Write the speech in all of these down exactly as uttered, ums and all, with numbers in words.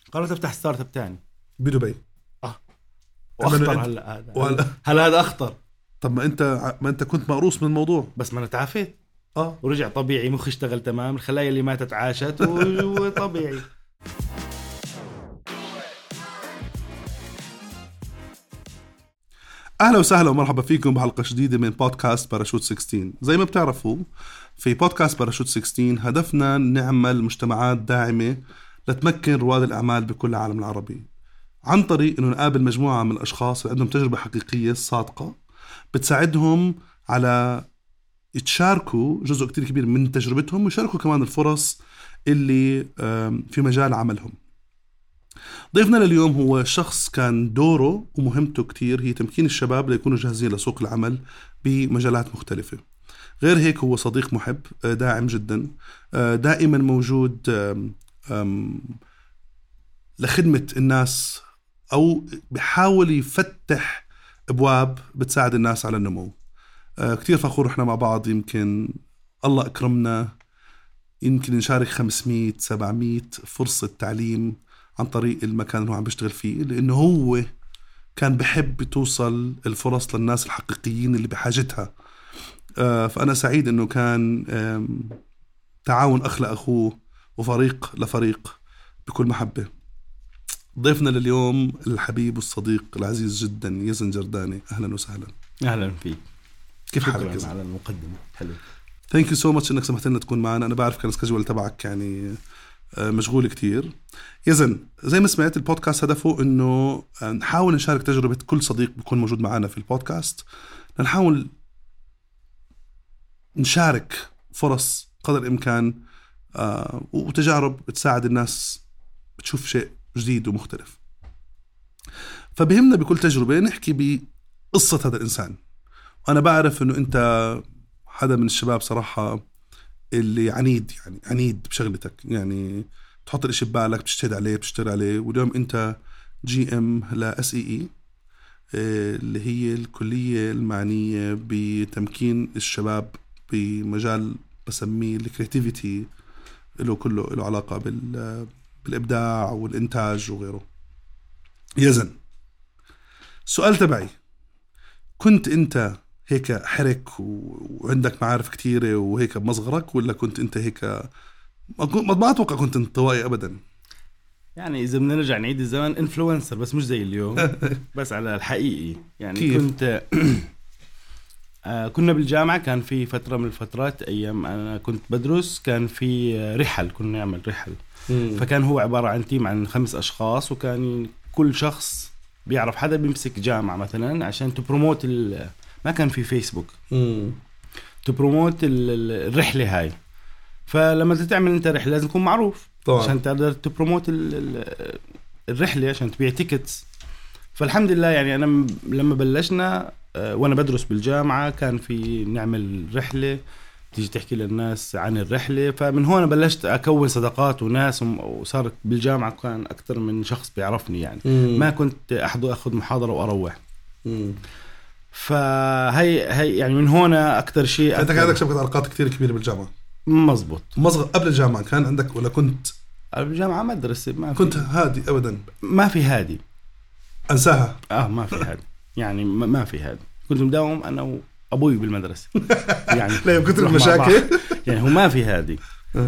قررت افتح ستارت اب تاني بدبي. اه واخطر هلا هذا وهلا هلا هذا اخطر. طب ما انت ما انت كنت مقروص من الموضوع. بس ما انا تعافيت اه ورجع طبيعي، مخي اشتغل تمام، الخلايا اللي ماتت عاشت وطبيعي. اهلا وسهلا ومرحبا فيكم بحلقه جديده من بودكاست باراشوت ستة عشر. زي ما بتعرفوا في بودكاست باراشوت ستة عشر هدفنا نعمل مجتمعات داعمه لتمكن رواد الاعمال بكل العالم العربي، عن طريق انه نقابل مجموعه من الاشخاص اللي عندهم تجربه حقيقيه صادقه بتساعدهم على يتشاركوا جزء كتير كبير من تجربتهم، ويشاركوا كمان الفرص اللي في مجال عملهم. ضيفنا لليوم هو شخص كان دوره ومهمته كتير هي تمكين الشباب ليكونوا جاهزين لسوق العمل بمجالات مختلفة. غير هيك هو صديق محب داعم جدا، دائما موجود لخدمة الناس، أو بحاول يفتح أبواب بتساعد الناس على النمو. كتير فخور إحنا مع بعض، يمكن الله أكرمنا يمكن نشارك خمسمية سبعمية فرصة تعليم عن طريق المكان اللي هو عم بيشتغل فيه، لأنه هو كان بحب توصل الفرص للناس الحقيقيين اللي بحاجتها. فأنا سعيد أنه كان تعاون أخ لأخوه وفريق لفريق بكل محبة. ضيفنا لليوم الحبيب والصديق العزيز جدا يزن جرداني. أهلا وسهلا. أهلا فيك. كيف حالك؟ على المقدمة. حلو. Thank you so much إنك سمحت لنا تكون معنا. أنا بعرف كان السكجول تبعك يعني مشغول كتير. يزن، زي ما سمعت البودكاست هدفه إنه نحاول نشارك تجربة كل صديق بيكون موجود معنا في البودكاست، نحاول نشارك فرص قدر الإمكان آه وتجارب تساعد الناس بتشوف شيء جديد ومختلف. فبهمنا بكل تجربة نحكي بقصة هذا الإنسان. وأنا بعرف إنه أنت حدا من الشباب صراحة اللي عنيد، يعني عنيد بشغلتك، يعني تحط الاشي ببالك بتجتهد عليه بتشتغل عليه. واليوم انت جي ام لا اس اي اي اللي هي الكلية المعنية بتمكين الشباب بمجال بسميه الكرياتيفيتي، له كله له علاقة بال بالإبداع والإنتاج وغيره. يزن، سؤال تبعي، كنت انت هيك حرك وعندك معارف كتيرة وهيك بمصغرك، ولا كنت انت هيك ما ما اتوقع كنت انطوائي ابدا؟ يعني اذا بدنا نرجع نعيد الزمن انفلونسر، بس مش زي اليوم. بس على الحقيقي يعني كيف؟ كنت آه كنا بالجامعة، كان في فترة من الفترات ايام انا كنت بدرس كان في رحل، كنا نعمل رحل. مم. فكان هو عبارة عن تيم عن خمس اشخاص، وكان كل شخص بيعرف حدا بيمسك جامعة مثلا عشان تبروموت ال ما كان في فيسبوك مم. تبروموت الرحلة هاي. فلما تعمل انت رحلة لازم تكون معروف طبعا، عشان تقدر تبروموت الرحلة عشان تبيع تيكتس. فالحمد لله يعني أنا لما بلشنا وأنا بدرس بالجامعة كان في نعمل رحلة تيجي تحكي للناس عن الرحلة. فمن هون بلشت أكون صداقات وناس، وصارت بالجامعة كان أكتر من شخص بيعرفني يعني. مم. ما كنت أحضر أخذ محاضرة وأروح. مم. فهي هي يعني من هنا أكتر شيء. أنت كان عندك شبكة علاقات كتير كبيرة بالجامعة؟ مزبوط. مصغر قبل الجامعة كان عندك ولا كنت؟ قبل الجامعة مدرسة ما كنت هادي أبدا؟ ما في هادي أنساها. آه ما في هادي يعني ما في هادي. كنت مداوم أنا وأبوي بالمدرسة يعني. لا كنت المشاكل يعني هو ما في هادي.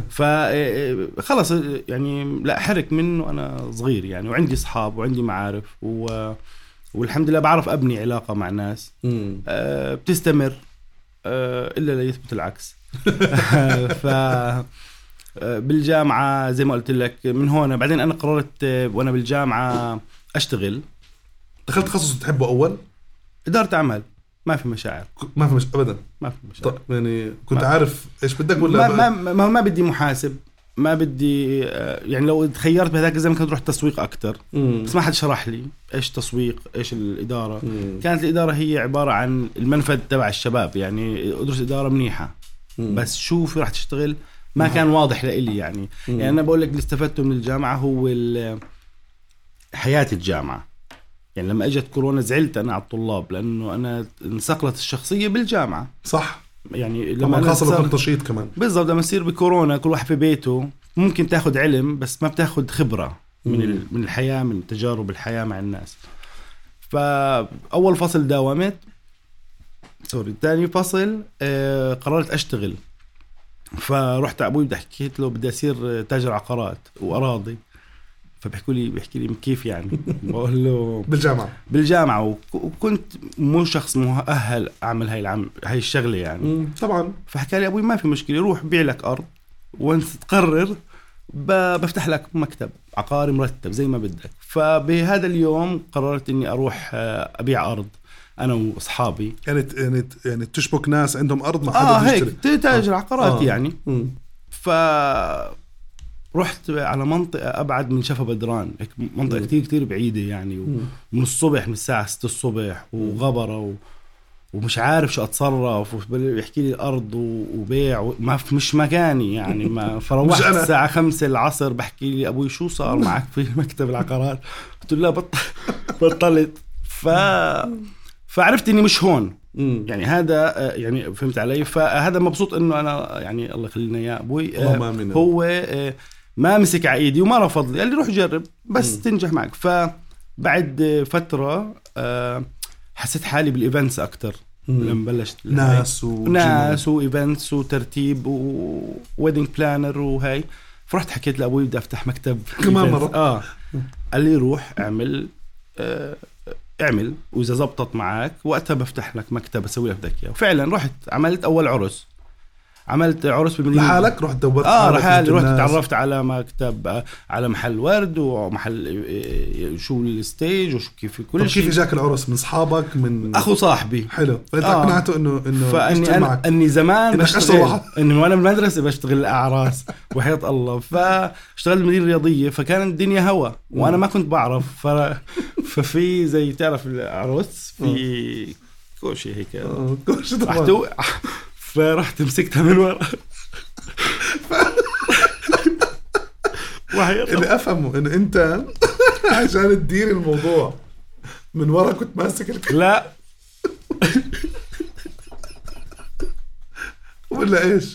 فخلص يعني لا حرك منه أنا صغير يعني، وعندي أصحاب وعندي معارف و والحمد لله بعرف أبني علاقة مع ناس أه بتستمر أه إلا لا يثبت العكس. ف بالجامعة زي ما قلت لك من هون بعدين أنا قررت وأنا بالجامعة أشتغل. دخلت تخصص تحبه أول؟ إدارة أعمال. ما في مشاعر. ما في مش أبدا. ما في مشاعر. طب يعني كنت عارف إيش بدك ولا؟ ما ما ما, ما بدي محاسب، ما بدي يعني لو تخيرت بهذاك الزمن كنت رحت تسويق أكتر. مم. بس ما حد شرح لي إيش تسويق إيش الإدارة. مم. كانت الإدارة هي عبارة عن المنفذ تبع الشباب، يعني أدرس إدارة منيحة. مم. بس شوف راح تشتغل ما مم. كان واضح لإلي يعني. مم. يعني أنا بقول لك اللي استفدته من الجامعة هو حياة الجامعة. يعني لما أجت كورونا زعلت أنا على الطلاب، لأنه أنا انسقلت الشخصية بالجامعة. صح. يعني لما خاصة كنت نشيط كمان. بالضبط. لما يصير بكورونا كل واحد في بيته ممكن تاخد علم بس ما بتاخد خبرة. من من الحياة، من تجارب الحياة مع الناس. فأول فصل داومت، سوري تاني فصل آه قررت أشتغل. فرحت أبوي بدي حكيت له بدي أصير تاجر عقارات وأراضي. فبحكوا لي بيحكي لي كيف يعني؟ بقول له بالجامعة بالجامعة وكنت مو شخص مؤهل أعمل هاي العم هاي الشغلة يعني. طبعا. فحكى لي أبوي ما في مشكلة، روح بيع لك أرض وانت تقرر بفتح لك مكتب عقاري مرتب زي ما بدك. فبهذا اليوم قررت إني أروح أبيع أرض أنا وأصحابي. يعني يعني يعني تشبك ناس عندهم أرض ما حدا بيشتري. آه هيك تاجر عقارات آه. يعني. مم. ف رحت على منطقة أبعد من شفا بدران، منطقة مم. كتير كتير بعيدة يعني. ومن الصبح من الساعة ستة الصبح وغبرة و... ومش عارف شو أتصرف، ويحكي لي الأرض وبيع ما مش مكاني يعني. ما فروحت الساعة خمسة العصر بحكي لي أبوي شو صار معك في مكتب العقارات؟ قلت له لا بط... بطلت. ف... فعرفت إني مش هون يعني. هذا يعني فهمت علي. فهذا مبسوط إنه أنا يعني الله يخلينا يا أبوي هو ما مسك عيدي وما رفض لي، قال لي روح جرب بس م. تنجح معك. فبعد فترة حسيت حالي بالإيفنتس أكتر لما بلشت ناس وناس وإيفنتس وترتيب وويدنج بلانر وهاي. فرحت حكيت لأبوي بدي أفتح مكتب كمان مرة. آه قال لي روح اعمل آه اعمل وإذا زبطت معك وقتها بفتح لك مكتب أسوي لك بدك إياه. وفعلا رحت عملت أول عرس، عملت عرس بالمدينة لحالك. رحت دورت اه لحالي، رحت تعرفت على مكتب على محل ورد ومحل شو الستيج وشو كيف كل شيء. كيف جاك العرس؟ من اصحابك؟ من اخو صاحبي. حلو. فانت آه. اقنعته انه انه فاني أنا اني زمان بشتغل اني وانا بالمدرسه بشتغل الاعراس وحياة الله. فاشتغلت بالمدينه الرياضيه فكانت الدنيا هوا وانا ما كنت بعرف. ف... ففي زي تعرف العرس في كوشي هيك آه. كوشي طبعا. فرحت مسكتها من ورا. اللي أفهمه إن أنت عشان تدير الموضوع من ورا كنت ماسك الك... لا ولا إيش؟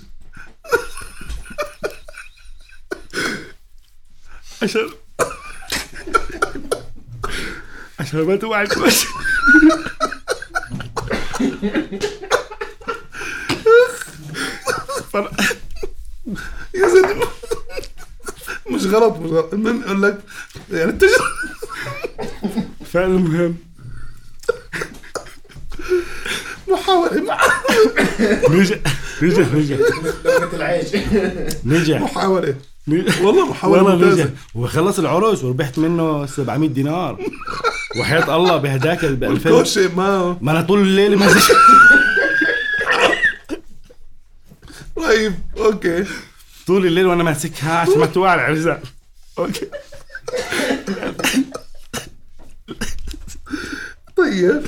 عشان عشان ما توعد بس. يا زلمة مش غلط مش غلط. المهم أقول لك يعني التجربة فعلا مهم. محاولة نجح نجح نجح نجح محاولة والله محاولة ممتازة. وخلص العرس وربحت منه سبعمية دينار وحياة الله بهداك الكوشي. ما ما أنا طول الليل ما طيب اوكي طول الليل وانا ماسكها عشان ما توقع العرزة. اوكي طيب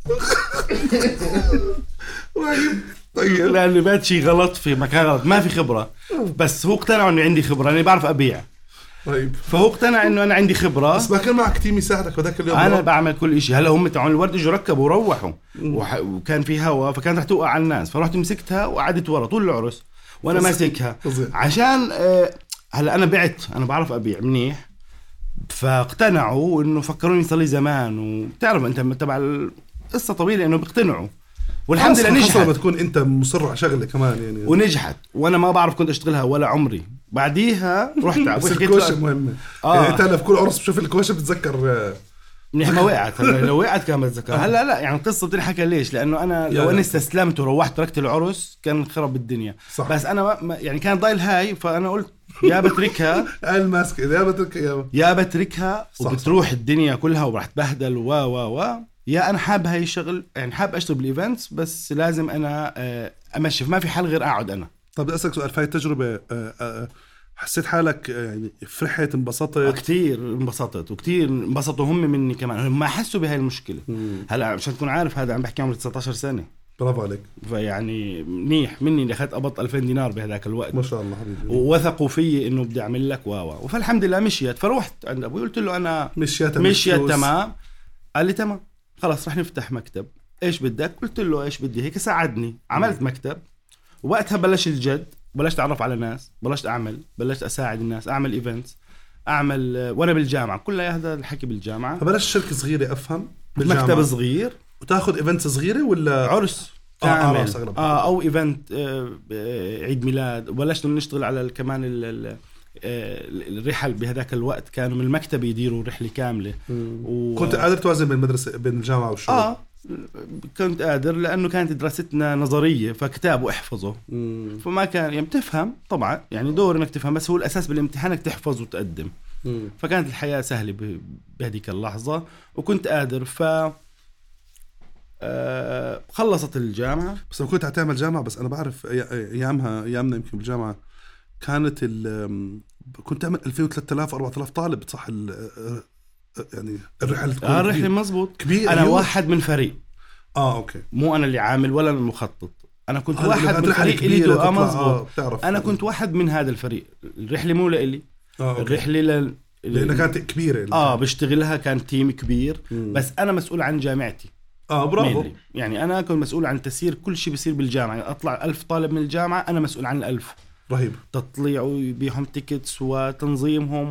طيب طيب لانه بات شيء غلط في مكان غلط، ما في خبرة. بس هو اقتنع انه عندي خبرة، انا بعرف ابيع. طيب فهو اقتنع انه انا عندي خبرة. بس ما كان معك تيم يساعدك بذاك اليوم؟ انا بعمل كل شيء. هلا هم تاعون الورد اجوا ركبوا وروحوا وح... وكان في هوا فكانت رح توقع على الناس. فرحت مسكتها وقعدت ورا طول العرس وانا ماسكها عشان أه... هلا انا بعت، انا بعرف ابيع منيح. فاقتنعوا انه فكروني صار لي زمان. وبتعرف انت تبع القصه طويله انه بيقتنعوا. والحمد لله نجحت. بتكون انت مصر على شغله كمان يعني. ونجحت وانا ما بعرف كنت اشتغلها ولا عمري. بعديها رحت بس الكوشه مهمه. آه. يعني انت في كل عرس بشوف الكوشه بتتذكر منيح ما وقعت. لو وقعت كان بتذكر. هلا لا يعني القصه بتنحكى ليش؟ لانه انا لو انا استسلمت وروحت تركت العرس كان خرب الدنيا. صح. بس انا ما يعني كان ضايل هاي. فانا قلت يا بتركها الماسك يا بتركها يا, يا بتركها وبتروح الدنيا كلها وراح تبهدل و و و يا انا حاب هاي الشغل يعني حاب اشتغل بالايفنتس بس لازم انا امشي. ما في حل غير اقعد انا. طب بدي اسالك سؤال. في التجربه حسيت حالك يعني فرحت انبسطت؟ كتير انبسطت وكتير انبسطوا هم مني كمان. ما حسوا بهاي المشكله. هلا عشان تكون عارف هذا عم بحكي عمري تسعة عشر سنه. برافو عليك. فيعني منيح مني اللي اخذت قبضت ألفين دينار بهذاك الوقت. ما شاء الله حبيبي. ووثقوا فيي انه بدي اعمل لك واوا. فالحمد لله مشيت. فروحت عند ابوي قلت له انا مشيت مشيت تمام. قال لي تمام خلاص رح نفتح مكتب. ايش بدك؟ قلت له ايش بدي. هيك ساعدني. عملت مكتب. وقتها بلش الجد. بلشت أعرف على ناس. بلشت أعمل بلشت أساعد الناس. أعمل إيفنتس. اعمل وانا بالجامعه كلها هذا الحكي بالجامعه. فبلش شركه صغيره افهم مكتب صغير وتاخذ ايفنت صغيره ولا عرس كامل آه, آه او ايفنت آه عيد ميلاد. وبلشنا نشتغل على كمان الرحل بهذاك الوقت كانوا من المكتب يديروا رحله كامله. و... كنت قادر توازن بين المدرسه بين الجامعه والشغل؟ اه كنت قادر لانه كانت دراستنا نظريه فكتاب واحفظه. مم. فما كان يعني بتفهم طبعا يعني دور انك تفهم بس هو الاساس بالامتحان انك تحفظ وتقدم. مم. فكانت الحياه سهله بهذيك اللحظه وكنت قادر. ف آه خلصت الجامعه. بس انا كنت هتعمل جامعه بس انا بعرف ايامها ايامنا يمكن بالجامعه كانت ال كنت اعمل ألفين وثلاثة آلاف أربعة آلاف طالب صح يعني الرحله تكون آه الرحله مزبوط كبير. انا واحد من فريق اه اوكي مو انا اللي عامل ولا المخطط. انا كنت آه واحد من فريق اللي دو آه مزبوط آه انا كنت واحد من هذا الفريق. الرحله مو لإلي آه الرحله ل... لانها كانت كبيره اه بشتغلها كان تيم كبير. مم. بس انا مسؤول عن جامعتي. اه برافو. يعني انا كنت مسؤول عن تسيير كل شيء بيصير بالجامعه. يعني اطلع ألف طالب من الجامعه انا مسؤول عن الألف. رهيب. تطليع ويبيعهم تيكتس وتنظيمهم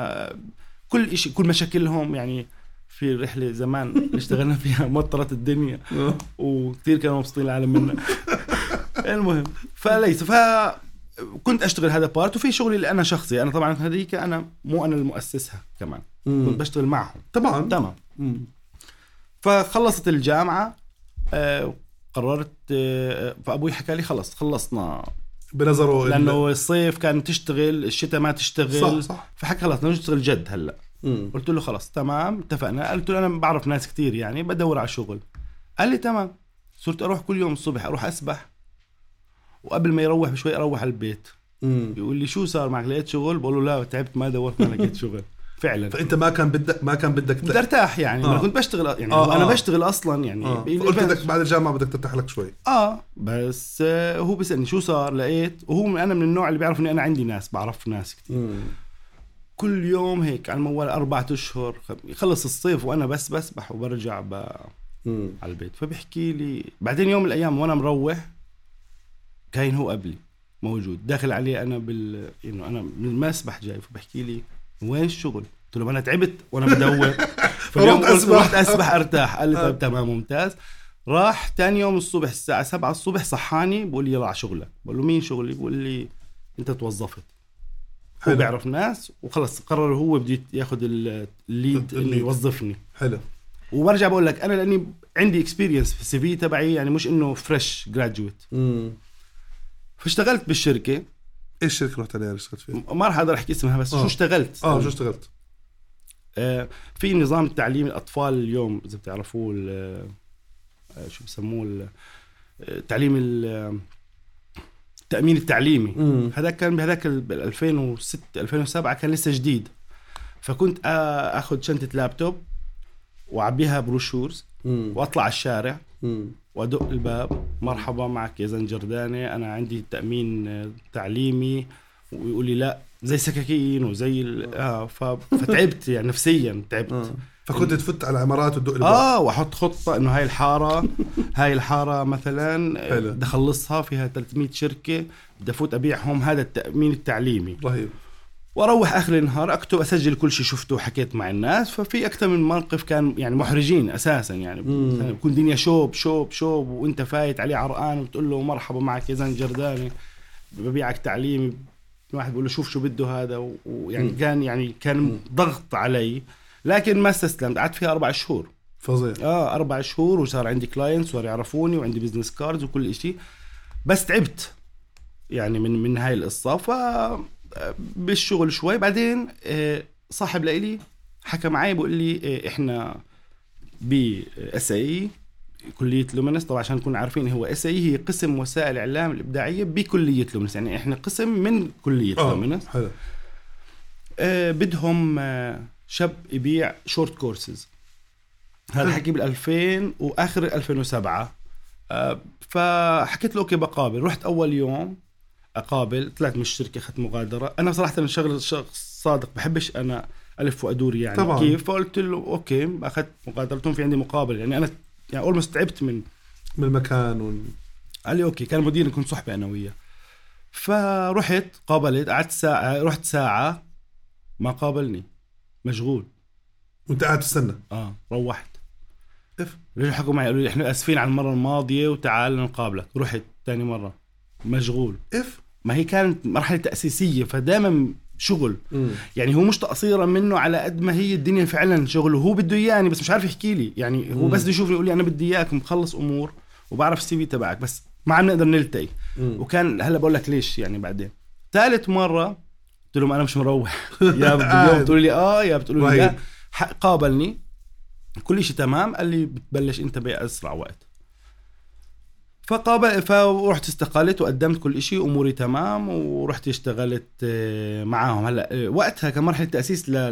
وكل شيء كل مشاكلهم. يعني في رحله زمان اللي اشتغلنا فيها مطرت الدنيا وكثير كانوا مبسوطين العالم منا. المهم فليس فكنت اشتغل هذا بارت وفي شغلي اللي انا شخصي. انا طبعا هذيك انا مو انا المؤسسها كمان. مم. كنت بشتغل معهم. طبعا تمام. مم. فخلصت الجامعة آه قررت آه فأبوي حكى لي خلص خلصنا بنظره لأنه الصيف كان تشتغل الشتاء ما تشتغل. صح صح. فحكى خلص نشتغل جد هلأ. مم. قلت له خلص تمام اتفقنا. قلت له أنا بعرف ناس كتير يعني بدور على شغل. قال لي تمام. صرت أروح كل يوم الصبح أروح أسبح وقبل ما يروح بشوي أروح على البيت. مم. يقول لي شو صار معك لقيت شغل؟ بقول له لا تعبت ما دورت ما لقيت شغل فعلا. فانت ما كان بدك ما كان بدك بدي ارتاح يعني. آه. كنت بشتغل يعني آه انا آه. بشتغل اصلا يعني. آه. قلت بدك بعد الجامعه بدك ترتاح لك شوي. اه بس آه هو بيسالني شو صار لقيت. وهو انا من النوع اللي بيعرف اني انا عندي ناس بعرف ناس كتير. مم. كل يوم هيك على الموال أربعة اشهر يخلص الصيف وانا بس بسبح وبرجع ب... على البيت. فبيحكي لي بعدين يوم من الايام وانا مروح كاين هو قبلي موجود داخل عليه انا بال انه انا من المسبح جاي. فبحكي لي وين الشغل؟ قلت له انا تعبت وانا بدور. فاليوم قلت رحت اسبح ارتاح. قال لي طيب تمام ممتاز. راح تاني يوم الصبح الساعه سبعة الصبح صحاني بقول لي يلا على شغلك. بقول له مين شغلي؟ بقول لي انت توظفت. هو بيعرف ناس وخلص قرر هو بده ياخذ الليد انه يوظفني. حلو. وبرجع بقول لك انا لاني عندي اكسبيرينس في السي في تبعي يعني مش انه فريش جراجويت. فاشتغلت بالشركه. ايش الشركه رحت عليها اشتغلت فيها؟ ما راح اقدر احكي اسمها بس. آه. شو اشتغلت اه شو اشتغلت آه في نظام التعليم الاطفال اليوم اذا بتعرفوه آه شو بسموه التعليم التامين التعليمي. هذا كان بهذاك ألفين وستة ألفين وسبعة كان لسه جديد. فكنت اخذ شنطه لابتوب وعبيها بروشورز واطلع على الشارع مم. وادق الباب مرحبا معك يا زنجرداني انا عندي تامين تعليمي. ويقول لي لا زي سكاكين وزي اه فتعبت يعني نفسيا تعبت. آه. فكنت تفت على العمارات وتدق الباب. اه واحط خطه انه هاي الحاره هاي الحاره مثلا بدي اخلصها فيها ثلاثمية شركه بدي افوت ابيعهم. هذا التامين التعليمي. رهيب. واروح اخر النهار اكتب اسجل كل شيء شفته وحكيت مع الناس. ففي اكثر من موقف كان يعني محرجين اساسا يعني. بكون دنيا شوب شوب شوب وانت فايت عليه عرقان وبتقول له مرحبا معك يا زنجرداني ببيعك تعليمي. واحد بيقول له شوف شو بده هذا. ويعني مم. كان يعني كان مم. ضغط علي لكن ما استسلمت. قعدت فيها أربع شهور. فظيع. اه أربع شهور وصار عندي كلاينتس وصار يعرفوني وعندي بيزنس كاردز وكل شيء. بس تعبت يعني من من هاي القصة. ف بالشغل شوي بعدين صاحب لإلي حكى معي بقول لي إحنا بإس إي كلية لومينس. طبعا عشان نكون عارفين هو إس إي هي قسم وسائل الإعلام الإبداعية بكلية لومينس. يعني إحنا قسم من كلية آه. لومينس. حلو. آه بدهم آه شاب يبيع شورت كورسز. هذا حكي بالألفين وآخر ألفين وسبعة. آه فحكيت له أوكي بقابل. رحت أول يوم أقابل طلعت من الشركة أخذت مغادرة. أنا صراحة أنا شغل شخص صادق بحبش أنا ألف وأدور يعني طبعا. كيف. فقلت له أوكي أخذت مغادرتهم في عندي مقابل يعني أنا يعني أول ما تعبت من من المكان وال... قال لي أوكي. كان مدير كنت صحبة أنا وياه. فرحت قابلت قعدت ساعة رحت ساعة ما قابلني، مشغول. وانت قاعد تستنى؟ اه روحت. اف رجعوا حكوا معي قالوا لي احنا اسفين على المره الماضيه وتعال نقابلك. رحت ثاني مره مشغول. اف ما هي كانت مرحله تاسيسيه فدائما شغل. مم. يعني هو مش تقصيرا منه على قد ما هي الدنيا فعلا شغل، وهو بده اياني بس مش عارف يحكي لي. يعني هو بس بده يشوفني يقول لي انا بدي اياك مخلص امور وبعرف السي في تبعك بس ما عم نقدر نلتقي. وكان هلا بقول لك ليش يعني. بعدين ثالث مره قلت لهم انا مش مروح. يا اليوم بتقولوا لي اه يا بتقولوا لي لا. قابلني كل شيء تمام، قال لي بتبلش انت باسرع وقت. فقابل فرحت استقالت وقدمت كل شيء، اموري تمام ورحت اشتغلت معاهم. هلا وقتها كان مرحله تاسيس ل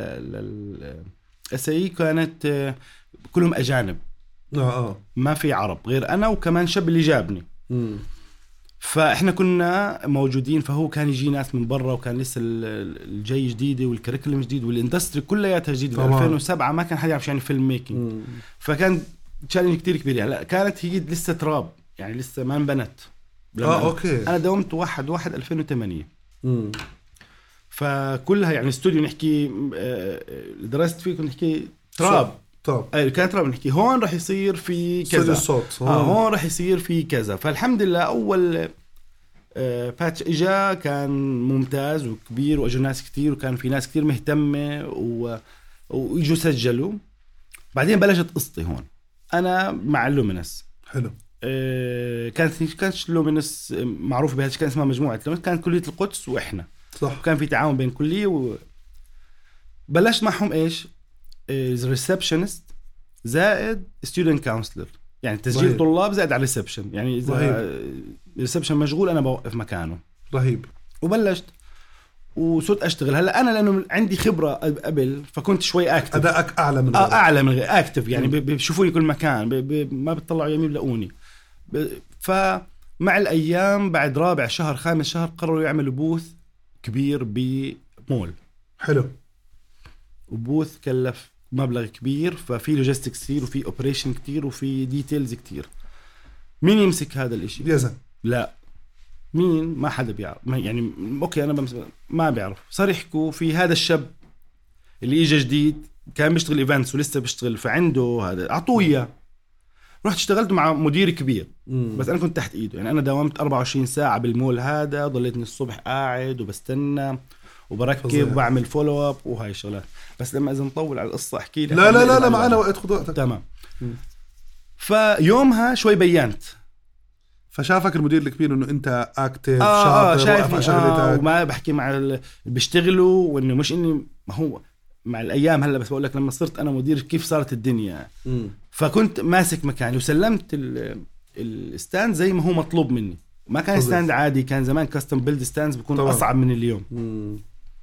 ل اس اي كانت كلهم اجانب. اه ما في عرب غير انا وكمان شاب اللي جابني. امم فاحنا كنا موجودين، فهو كان يجي ناس من برا وكان لسه الجاي جديده والكريكولم جديد والاندستري كلياتها جديده. ألفين وسبعة ما كان حدا يعرف يعني فيلم ميكينج. فكان تشالنج كتير كبير. هلا كانت هي لسه تراب يعني لسه ما انبنت. اه اوكي. انا داومت واحد واحد ألفين وثمانية. امم فكلها يعني استوديو نحكي درست فيه كنت نحكي تراب. طب اي كانت راب نحكي هون راح يصير في كذا الصوت. اه هون راح يصير في كذا. فالحمد لله اول آه باتش اجا كان ممتاز وكبير واجوا ناس كتير وكان في ناس كتير مهتمه و... ويجوا سجلوا. بعدين بلشت قصتي هون انا مع لومينس. حلو. آه كانت كانت لومينس معروف بهذا كان اسمها مجموعه لومينس، كانت كليه القدس واحنا صح. كان في تعاون بين كليه وبلشت معهم ايش ريسبشنست زائد ستودنت كونسلر، يعني تسجيل رهيب. طلاب زائد على ريسبشن. يعني اذا ريسبشن مشغول انا بوقف مكانه. رهيب. وبلشت وصرت اشتغل. هلا انا لانه عندي خبره قبل فكنت شوي اكتف. ادائك اعلى من غير اعلى من غير اكتف يعني بيشوفوني كل مكان ب... ب... ما بتطلعوا يمين بلاقوني ب... فمع الايام بعد رابع شهر خامس شهر قرروا يعملوا بوث كبير بمول. حلو. وبوث كلف مبلغ كبير، ففي لوجيستكس كتير وفي اوبريشن كتير وفي ديتيلز كتير. مين يمسك هذا الاشي؟ يزن. لا مين ما حدا بيعرف يعني. اوكي انا ما بيعرف. صار يحكوا في هذا الشاب اللي اجى جديد كان بيشتغل ايفنتس ولسه بيشتغل فعنده هذا اعطوه اياه. رحت اشتغلت مع مدير كبير مم. بس انا كنت تحت ايده. يعني انا داومت أربعة وعشرين ساعه بالمول هذا، ضليتني الصبح قاعد وبستنى وبركب فزيح. وبعمل فولو اب وهاي الشغلات. بس لما اذا نطول على القصه احكي لك. لا لا لا, لا معنا وقت، خذ وقتك. تمام. فيومها شوي بينت. فشافك المدير الكبير انه انت اكتف آه شاطر شايف على شغلتك آه وما بحكي مع اللي بيشتغلوا، وانه مش اني ما هو مع الايام. هلا بس بقول لك لما صرت انا مدير كيف صارت الدنيا. م. فكنت ماسك مكاني وسلمت الستاند زي ما هو مطلوب مني. ما كان ستاند عادي، كان زمان كاستم بيلد ستاندز بيكون طبعا. اصعب من اليوم. م.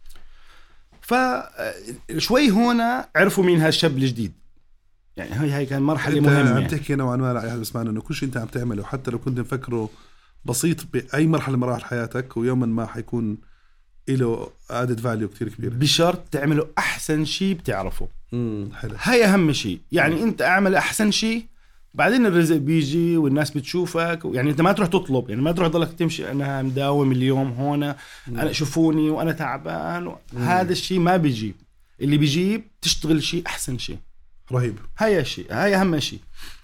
فشوي هنا عرفوا مين هالشاب الجديد. يعني هاي هاي كان مرحله مهمه. عم تحكي نوعا ما لا احد بسمعنا انه كل شيء انت عم تعمله حتى لو كنت مفكره بسيط باي مرحله من مراحل حياتك ويوما ما حيكون له added value كتير كبير، بشرط تعمله احسن شيء بتعرفه. امم حلو. هاي اهم شيء. يعني مم. انت اعمل احسن شيء بعدين الرزق بيجي والناس بتشوفك. يعني انت ما تروح تطلب، يعني ما تروح ضلك تمشي انا مداوم اليوم هون انا شوفوني وانا تعبان. هذا الشيء ما بيجيب. اللي بيجيب تشتغل شيء احسن شيء. رهيب. هاي الشيء هاي اهم شيء.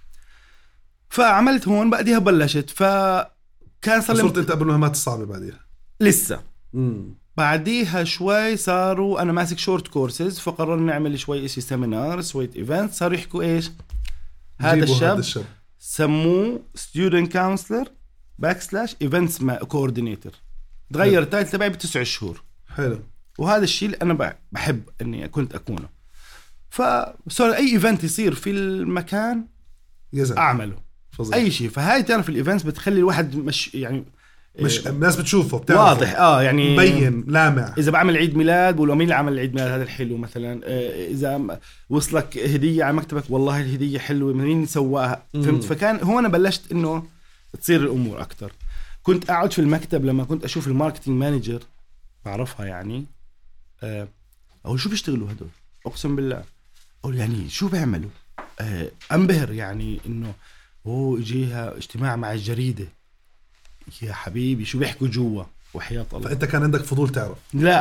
فعملت هون بعديها بلشت. فكان صرت انت قبل المهمات الصعبه بعديها لسه. امم بعديها شوي صاروا انا ماسك شورت كورسز، فقررنا نعمل شوي شيء سيمينار شوي ايفنت. صاروا يحكوا ايش هذا الشاب, الشاب سموه ستودنت كونسلر باك سلاش ايفنتس كوردينيتور. تغير التايتل تبعي بتسع شهور. حلو. وهذا الشيء اللي انا بحب اني كنت اكونه. فصار اي ايفنت يصير في المكان يزن. اعمله فضيح. اي شيء. فهاي تعرف الايفنتس بتخلي الواحد مش يعني مش الناس بتشوفه بتعرفه واضح. اه يعني مبين لامع. اذا بعمل عيد ميلاد بقولوا مين اللي عمل العيد ميلاد هذا الحلو مثلا. اذا وصلك هديه على مكتبك والله الهديه حلوه مين سواها. فهمت. فكان هون بلشت انه تصير الامور اكتر. كنت اقعد في المكتب لما كنت اشوف الماركتينج مانجر بعرفها يعني آه او شو بيشتغلوا هدول اقسم بالله اقول يعني شو بيعملوا. آه انبهر يعني انه هو اجيها اجتماع مع الجريده يا حبيبي شو بيحكوا جوا وحياة الله. فانت كان عندك فضول تعرف؟ لا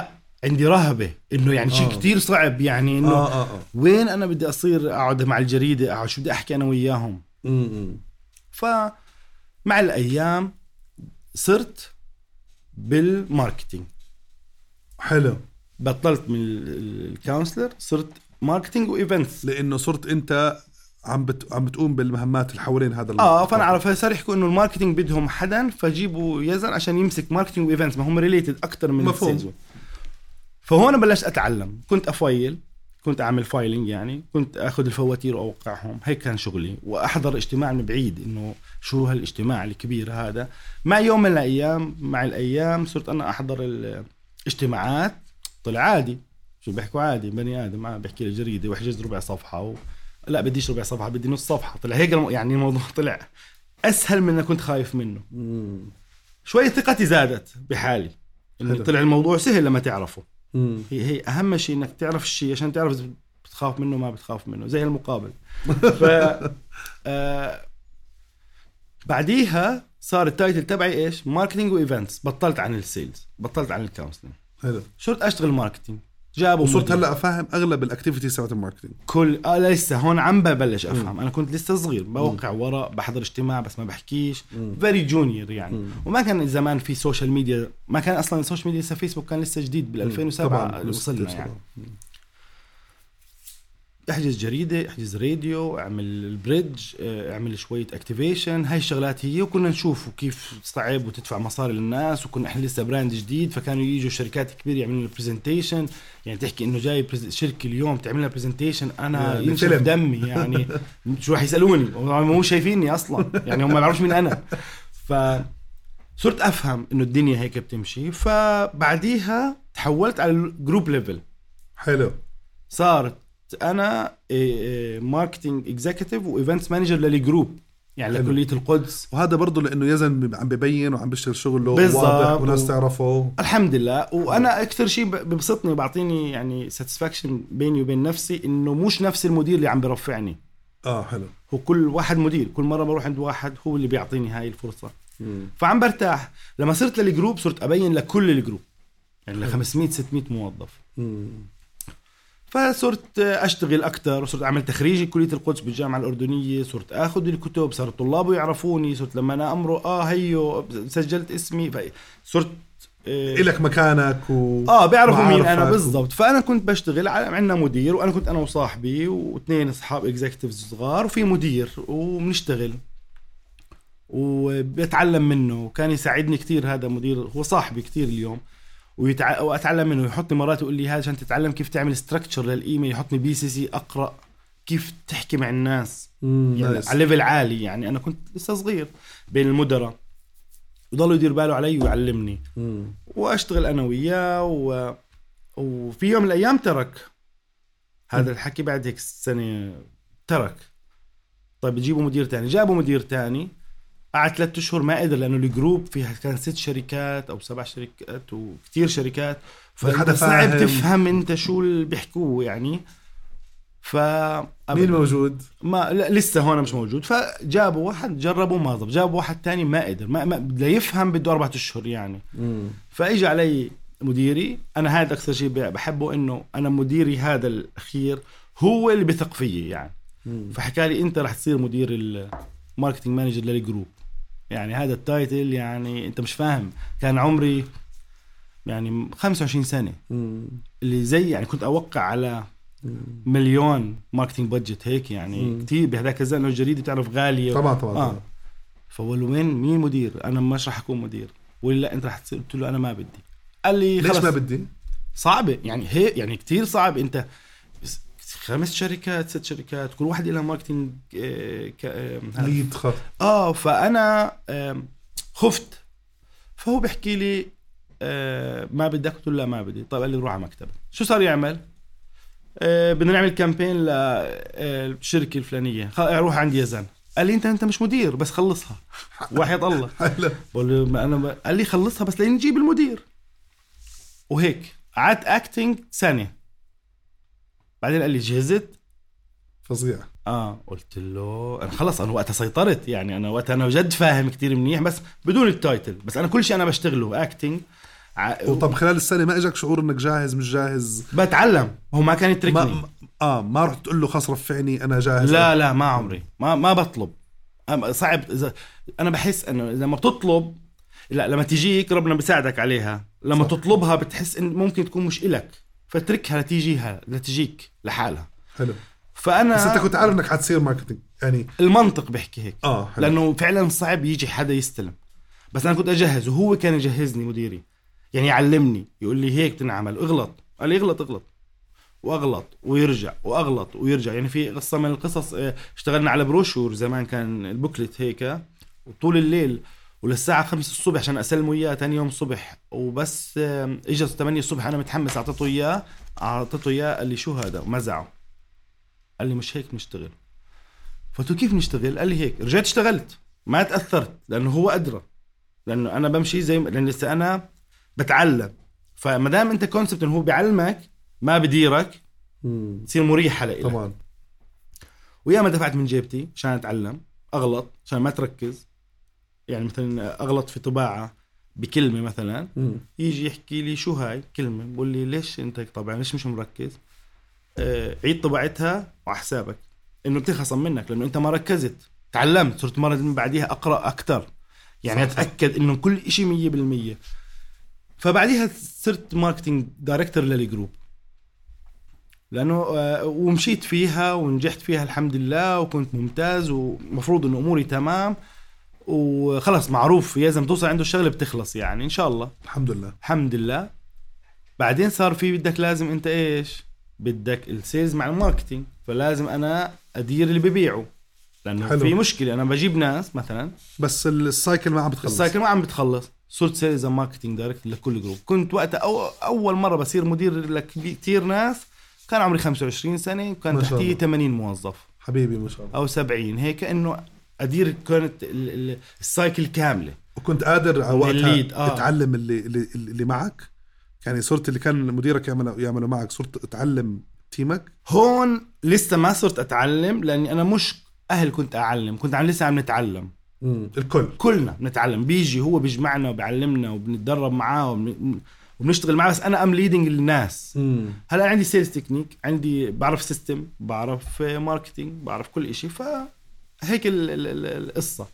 عندي رهبة إنه يعني شيء آه. كتير صعب، يعني إنه آه آه آه. وين أنا بدي أصير أقعد مع الجريدة، أقعد شو بدي أحكي أنا وياهم. م-م. فمع الأيام صرت بالماركتينج. حلو. بطلت من الكونسلر، صرت ماركتينج وإيفنتس، لأنه صرت أنت عم بت... عم بتقوم بالمهمات اللي حوالين هذا اه فانا عارف صار يحكوا انه الماركتينج بدهم حدا، فجيبوا يزن عشان يمسك ماركتينج وايفنتس، ما هم ريليتد اكثر من السيلز. فهون بلشت اتعلم، كنت افايل، كنت اعمل فايلينج، يعني كنت اخذ الفواتير واوقعهم، هيك كان شغلي، واحضر اجتماع من بعيد انه شو هالاجتماع الكبير هذا. مع يوم من الايام مع الايام صرت انا احضر الاجتماعات، طلع عادي، شو بيحكوا عادي، بني ادم ما بيحكي لي جريده واحجز ربع صفحه و... لا بديش ربع صفحة، بدي نص صفحة. طلع هيك يعني الموضوع طلع أسهل من أنا كنت خايف منه. مم. شوية ثقتي زادت بحالي، إنه طلع الموضوع سهل لما تعرفه. مم. هي هي أهم شيء إنك تعرف الشيء عشان تعرف إذا بتخاف منه ما بتخاف منه، زي المقابل. ف آه... بعديها صار التايتل تبعي إيش؟ ماركتينج وإيفنتس. بطلت عن السيلز، بطلت عن الكونسلنج، صرت أشتغل ماركتينج. جابوا وصرت هلا افهم اغلب الاكتيفيتيز تبعت الماركتينج كل آه لسه هون عم ببلش افهم. م. انا كنت لسه صغير، بوقع ورق، بحضر اجتماع بس ما بحكيش، فيري جونيور يعني. م. وما كان زمان في سوشيال ميديا، ما كان اصلا السوشيال ميديا لسه، فيسبوك كان لسه جديد بال ألفين وسبعة وصلنا يعني. م. احجز جريدة، احجز راديو، اعمل البريدج، اعمل شوية اكتيفيشن، هاي الشغلات هي. وكنا نشوف كيف صعب وتدفع مصاري للناس، وكنا احنا لسه براند جديد، فكانوا ييجوا شركات كبيرة يعملوا بريزنتيشن، يعني تحكي انه جاي شركة اليوم تعملها بريزنتيشن، انا ينشف دمي يعني. شو راح يسألوني؟ هم مو شايفيني اصلا يعني، هم ما يعرفوش مين انا. فصرت افهم انه الدنيا هيك بتمشي. فبعديها تحولت على الجروب ليفل. حلو. صارت انا ماركتينج اكزيكتيف وايفنتس مانجر للجروب، يعني حلو. لكلية القدس. وهذا برضو لانه يزن عم ببين وعم بيشتغل شغله واضح وناس تعرفه. الحمد لله. وانا اكثر شيء ببسطني وبعطيني يعني ساتسفاكشن بيني وبين نفسي، انه مش نفس المدير اللي عم برفعني. اه حلو. هو كل واحد مدير، كل مره بروح عند واحد هو اللي بيعطيني هاي الفرصه. مم. فعم برتاح. لما صرت للجروب صرت ابين لكل الجروب، يعني ل خمسمية ستمية موظف. مم. فصرت أشتغل أكتر، وصرت أعمل تخريجي كلية القدس بالجامعة الأردنية، صرت أخذ الكتب، صار الطلاب يعرفوني، صرت لما أنا أمره آه هيو سجلت اسمي، صرت إيه إلك مكانك و... آه بيعرفوا مين أنا بالضبط. فأنا كنت بشتغل، عندنا مدير، وأنا كنت أنا وصاحبي واثنين أصحاب إكزيكتيفز صغار، وفي مدير وبنشتغل وبيتعلم منه، وكان يساعدني كتير. هذا مدير هو صاحبي كتير اليوم، ويتع... وأتعلم منه، يحطني مرات يقول لي هذا عشان تتعلم كيف تعمل ستراكشر للإيميل، يحطني بي سي سي أقرأ كيف تحكي مع الناس يعني على ليفل عالي. يعني أنا كنت لسه صغير بين المدراء، وضلوا يدير باله علي ويعلمني. مم. وأشتغل أنا وياه و... وفي يوم من الأيام ترك هذا مم. الحكي. بعد هيك سنة ترك. طيب يجيبوا مدير تاني، جابوا مدير تاني، قعدت ثلاثة أشهر ما قدر، لأنه الجروب فيها كان ست شركات أو سبع شركات وكتير شركات، فصعب تفهم أنت شو اللي بيحكوه يعني. ف مين موجود؟ ما لسه هون مش موجود. فجابوا واحد جربوا ما ضبط، جابوا واحد تاني ما قدر، ما, ما لا يفهم، بده أربعة أشهر يعني. مم. فإجا علي مديري. أنا هذا أكثر شيء بحبه، إنه أنا مديري هذا الأخير هو اللي بثق فيه يعني. مم. فحكى لي أنت رح تصير مدير الماركتينج مانجر للجروب. يعني هذا التايتل يعني انت مش فاهم. كان عمري يعني خمسة وعشرين سنة. مم. اللي زي يعني كنت اوقع على مم. مليون ماركتينج بادجت هيك يعني. مم. كتير بهذاك الزمن الجريدة تعرف غالية. طبعا طبعا, آه. طبعا. فقالوا وين مين مدير؟ انا مش رح اكون مدير. ولا انت رح تصير؟ قلت له انا ما بدي. قال لي ليش ما بدي؟ صعبة يعني، هي يعني كتير صعب. انت خمس شركات ست شركات كل واحد لها ماركتينج ليد خط. اه فانا خفت. فهو بيحكي لي آه ما بدك؟ قلت له لا ما بدي. طيب قال لي روح على مكتب. شو صار يعمل؟ آه بدنا نعمل كامبين للشركه الفلانيه، روح عندي يزن. قال لي انت انت مش مدير بس خلصها. وحياة الله. بقول له انا ب... قال لي خلصها بس لين نجيب المدير. وهيك قعدت اكتنج سنه. بعدين قال لي جهزت؟ فظيع. اه قلت له انا خلص، انا وقتها سيطرت يعني. انا وقتها انا جد فاهم كتير منيح بس بدون التايتل، بس انا كل شيء انا بشتغله اكتنج. ع... وطب خلال السنه ما اجاك شعور انك جاهز مش جاهز؟ بتعلم، هو ما كان يتركني. ما... اه ما رحت تقول له خلاص رفعني انا جاهز؟ لا لا ما عمري ما ما بطلب. صعب إذا انا بحس انه اذا ما بتطلب، لا لما تجيك ربنا بيساعدك عليها، لما صح. تطلبها بتحس ان ممكن تكون مش إلك، فتركها لتيجيها لتجيك لحالها. حلو. فانا بس انت كنت عارف انك حتصير ماركتينج يعني؟ المنطق بيحكي هيك. اه حلو. لانه فعلا صعب يجي حدا يستلم، بس انا كنت اجهز وهو كان يجهزني مديري، يعني يعلمني يقول لي هيك تنعمل، اغلط، قال لي اغلط اغلط واغلط ويرجع واغلط ويرجع. يعني في قصه من القصص اشتغلنا على بروشور زمان، كان البوكلت هيك وطول الليل وللساعه خمسة الصبح عشان اسلمه اياه ثاني يوم الصبح، وبس اجى ثمانية الصبح انا متحمس اعطيته اياه اعطيته اياه قال لي شو هذا ومزعه، قال لي مش هيك نشتغل. فقلت كيف نشتغل؟ قال لي هيك. رجعت اشتغلت، ما تاثرت لانه هو ادرى، لانه انا بمشي زي لان لسه انا بتعلم. فما دام انت كونسبت انه هو بيعلمك ما بديرك تصير مريحه لإلك. طبعا. ويا ما دفعت من جيبتي عشان اتعلم، اغلط عشان ما تركز. يعني مثلا اغلط في طباعه بكلمه مثلا، مم. يجي يحكي لي شو هاي كلمه، بقول لي ليش انت طبعا ليش مش مركز؟ آه عيد طباعتها وحسابك انه بتخصم منك لانه انت ما ركزت. تعلمت، صرت مره من بعديها اقرا اكتر، يعني صح. اتاكد انه كل إشي مية بالمية. فبعديها صرت ماركتينج دايركتور للجروب، لانه آه ومشيت فيها ونجحت فيها الحمد لله، وكنت ممتاز ومفروض انه اموري تمام وخلص معروف لازم توصل عنده الشغله بتخلص يعني ان شاء الله. الحمد لله الحمد لله. بعدين صار في بدك لازم انت ايش بدك السيلز مع الماركتينج، فلازم انا ادير اللي ببيعه لانه حلو. في مشكله انا بجيب ناس مثلا بس السايكل ما عم بتخلص، السايكل ما عم بتخلص. صرت سيلز ماركتينج دايركتور لكل جروب. كنت وقتها أو اول مره بصير مدير لكثير ناس، كان عمري خمسة وعشرين سنه وكان تحتي ثمانين موظف حبيبي ما شاء الله، او سبعين هيك، انه ادير كانت السايكل كامله. وكنت قادر وقتها آه. تتعلم اللي اللي اللي معك، يعني صرت اللي كان مديرك يعمل يعملوا معك صرت اتعلم تيمك. هون لسه ما صرت اتعلم لاني انا مش اهل كنت اعلم، كنت عم لسه عم نتعلم. امم الكل كلنا بنتعلم، بيجي هو بيجمعنا وبيعلمنا وبنتدرب معاه وبن... وبنشتغل معاه، بس انا ام ليدنج الناس. مم. هلا عندي سيلز تكنيك، عندي بعرف سيستم، بعرف ماركتينج، بعرف كل إشي. فهيك ال... ال... ال... القصة.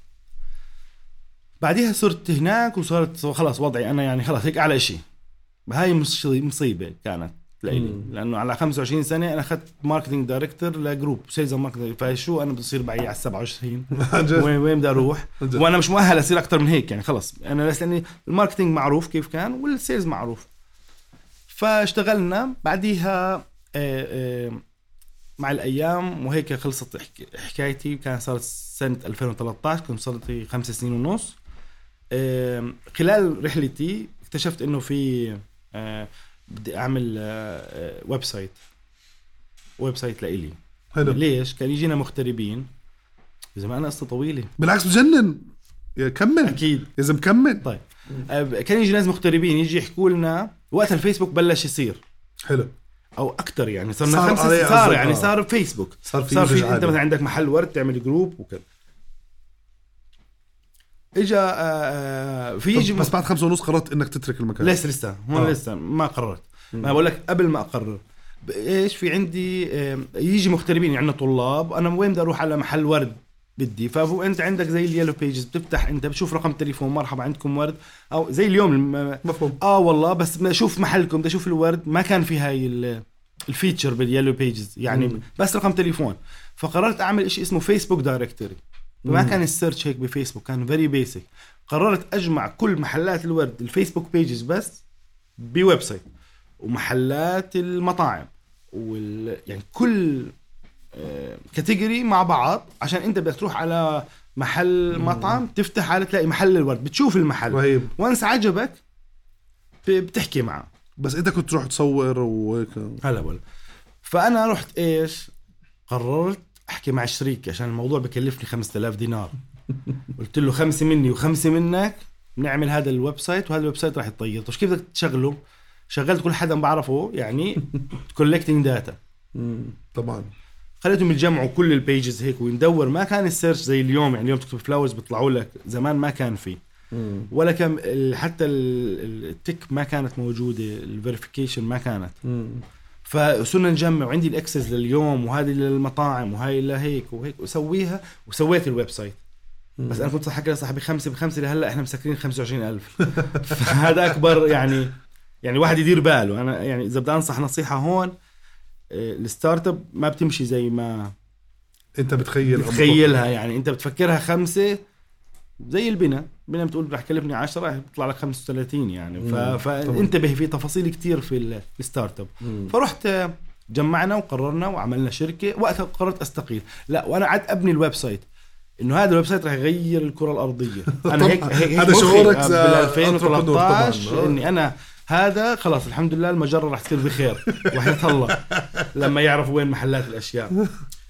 بعديها صرت هناك وصارت خلاص وضعي انا يعني خلاص هيك اعلى إشي. هاي مش مصيبة كانت لإلي، لأنه على خمسة وعشرين سنة أنا أخذت ماركتينج دايركتور لجروب سيلز ماركتينج. فشو أنا بصير بعي على السبعة وعشرين وين وين بدي أروح؟ وأنا مش مؤهل أصير أكتر من هيك يعني خلاص. أنا لأني الماركتينج معروف كيف كان والسيلز معروف. فاشتغلنا بعديها آآ آآ مع الأيام وهيك خلصت حكايتي. كان صارت سنة ألفين وثلاثة عشر، كنت صارت خمس سنين ونص. خلال رحلتي اكتشفت إنه في بدي أعمل ويب سايت ويب سايت لإلي. حلو. ليش؟ كان يجينا مغتربين. إذا ما أنا قصة طويلة بالعكس بجنن، كمل. أكيد إذا مكمل. طيب كان يجي ناس مغتربين يجي يحكوا لنا وقت الفيسبوك بلش يصير. حلو. أو أكتر يعني صار خمسة صار يعني صار فيسبوك صار في, صار في أنت مثلا عندك محل ورد تعمل جروب وكذا. إجا في يجي بس بعد خمسة ونص قررت إنك تترك المكان. لسه لسه هون آه. لسه ما قررت. ما بقول لك قبل ما أقرر إيش في عندي يجي مغتربين عندنا طلاب. أنا وين بدي أروح على محل ورد بدي. فهو أنت عندك زي اليلو بيجز بتفتح أنت بتشوف رقم تليفون مرحبا عندكم ورد أو زي اليوم مفهوم. آه والله بس بشوف محلكم بدي أشوف الورد ما كان في هاي الفيتشر باليلو بيجز يعني مم. بس رقم تليفون. فقررت أعمل إشي اسمه فيسبوك دايركتوري. ما كان السيرش هيك بفيسبوك، كان فيري بيسك. قررت أجمع كل محلات الورد الفيسبوك بيجز بس بويب سايت، ومحلات المطاعم وال يعني كل كاتيجوري مع بعض، عشان انت بدك تروح على محل مطعم تفتح على تلاقي محل الورد بتشوف المحل رهيب. وانس عجبك بتحكي معه. بس انت كنت تروح تصور وهيك. هلا ولا. فانا رحت ايش قررت احكي مع الشريك عشان الموضوع بكلفني خمسة آلاف دينار. قلت له خمسة مني وخمسة منك نعمل هذا الويب سايت، وهذا الويب سايت راح يتطير. طيب كيف بدك تشغله؟ شغلت كل حدا بعرفه يعني collecting data. طبعا خليتهم يجمعوا كل البيجز هيك وندور. ما كان السيرش زي اليوم، يعني اليوم تكتب فلاورز بيطلعوا لك، زمان ما كان فيه. مم. ولا كم حتى التك ما كانت موجودة، الفيريفيكيشن ما كانت. مم. فصرنا نجمع، وعندي الاكسس لليوم وهذه للمطاعم وهاي لهيك وهيك وسويها، وسويت الويب سايت. مم. بس انا كنت حكي لصاحبي خمسة بخمسة لهلا احنا مسكرين خمسة وعشرين ألف. فهذا اكبر يعني يعني واحد يدير باله. انا يعني اذا بدي انصح نصيحة هون، الستارت اب ما بتمشي زي ما انت بتخيل بتخيلها. يعني انت بتفكرها خمسة زي البناء، بناء بتقول رح كلفني عشرة بيطلع لك خمسة وثلاثين يعني. فانتبه في تفاصيل كتير في الستارت اب. فرحت جمعنا وقررنا وعملنا شركة. وقتها قررت استقيل، لا وانا قعدت ابني الويب سايت انه هذا الويب سايت رح يغير الكرة الارضية. انا هيك هيك هذا شعورك بال ألفين وثلاثة عشر اني انا هذا خلاص الحمد لله المجرة رح تصير بخير وحياة الله لما يعرفوا وين محلات الاشياء.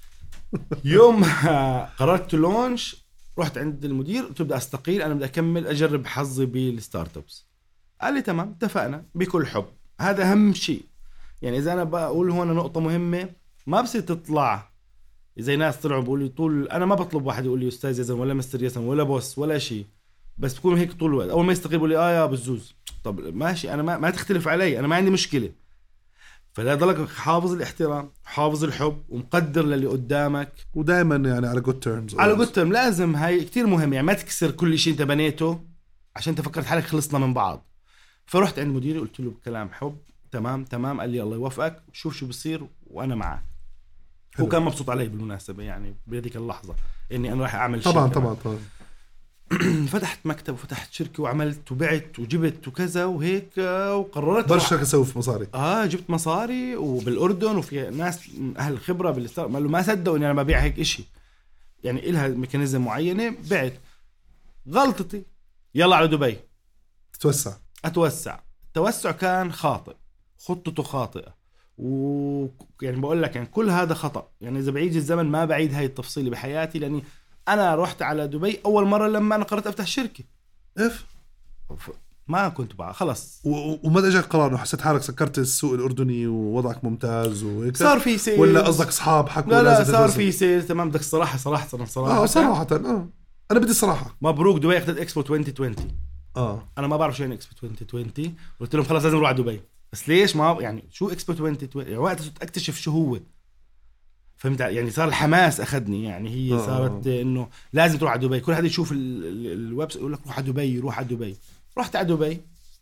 يوم قررت لونش رحت عند المدير وتبدأ استقيل، انا بدي اكمل اجرب حظي بالستارت ابس. قال لي تمام، اتفقنا بكل حب. هذا اهم شيء. يعني اذا انا بقول هون نقطة مهمة، ما بصير تطلع زي ناس طلعوا بيقولوا لي طول، انا ما بطلب واحد يقول لي استاذ يزن ولا مستر يزن ولا بوس ولا شيء، بس بكون هيك طول الوقت. اول ما يستقيل بيقول لي اه يا بزوز. طب ماشي، انا ما, ما تختلف علي، انا ما عندي مشكلة. فلا ضلك حافظ الاحترام، حافظ الحب، ومقدر للي قدامك، ودائما يعني على good terms. على good terms لازم، هاي كتير مهم. يعني ما تكسر كل شيء انت بنيته عشان انت فكرت حالك خلصنا من بعض. فرحت عند مديري قلت له بكلام حب تمام تمام. قال لي الله يوفقك، شوف شو بصير وانا معك. هو كان مبسوط علي بالمناسبة يعني بهذيك اللحظة اني انا راح اعمل شيء. طبعا طبعا طبعا. فتحت مكتب وفتحت شركة وعملت وبعت وجبت وكذا وهيك، وقررت برشا اسوي في مصاري. اه جبت مصاري وبالاردن، وفي ناس اهل خبرة بالستارت قالوا ما صدقوا اني انا ببيع هيك اشي. يعني إلها ميكانيزم معينة. بعت. غلطتي يلا على دبي تتوسع. اتوسع. التوسع كان خاطئ، خطته خاطئة. ويعني بقول لك يعني كل هذا خطأ. يعني إذا بعيد الزمن ما بعيد هاي التفصيلة بحياتي، لأني أنا رحت على دبي أول مرة لما أنا قررت أفتح شركة. إف ما كنت بقى خلص. وما اجى قرار انه حسيت حالك سكرت السوق الاردني ووضعك ممتاز وهيك؟ صار في سيل ولا قصدك اصحاب حكوا؟ لا لا صار في سيل. تمام. بدك الصراحه صراحه صراحه اه صراحه اه انا بدي الصراحه. مبروك دبي اخذت اكسبو عشرين عشرين. اه انا ما بعرف شو يعني اكسبو عشرين عشرين. قلت لهم خلاص لازم نروح على دبي. بس ليش ما يعني شو اكسبو عشرين عشرين؟ يعني وقت اكتشف شو هو، فهمت يعني. صار الحماس اخذني. يعني هي آه. صارت انه لازم تروح على دبي. كل حد يشوف الويب يقول لك روح على دبي روح على دبي. رحت على دبي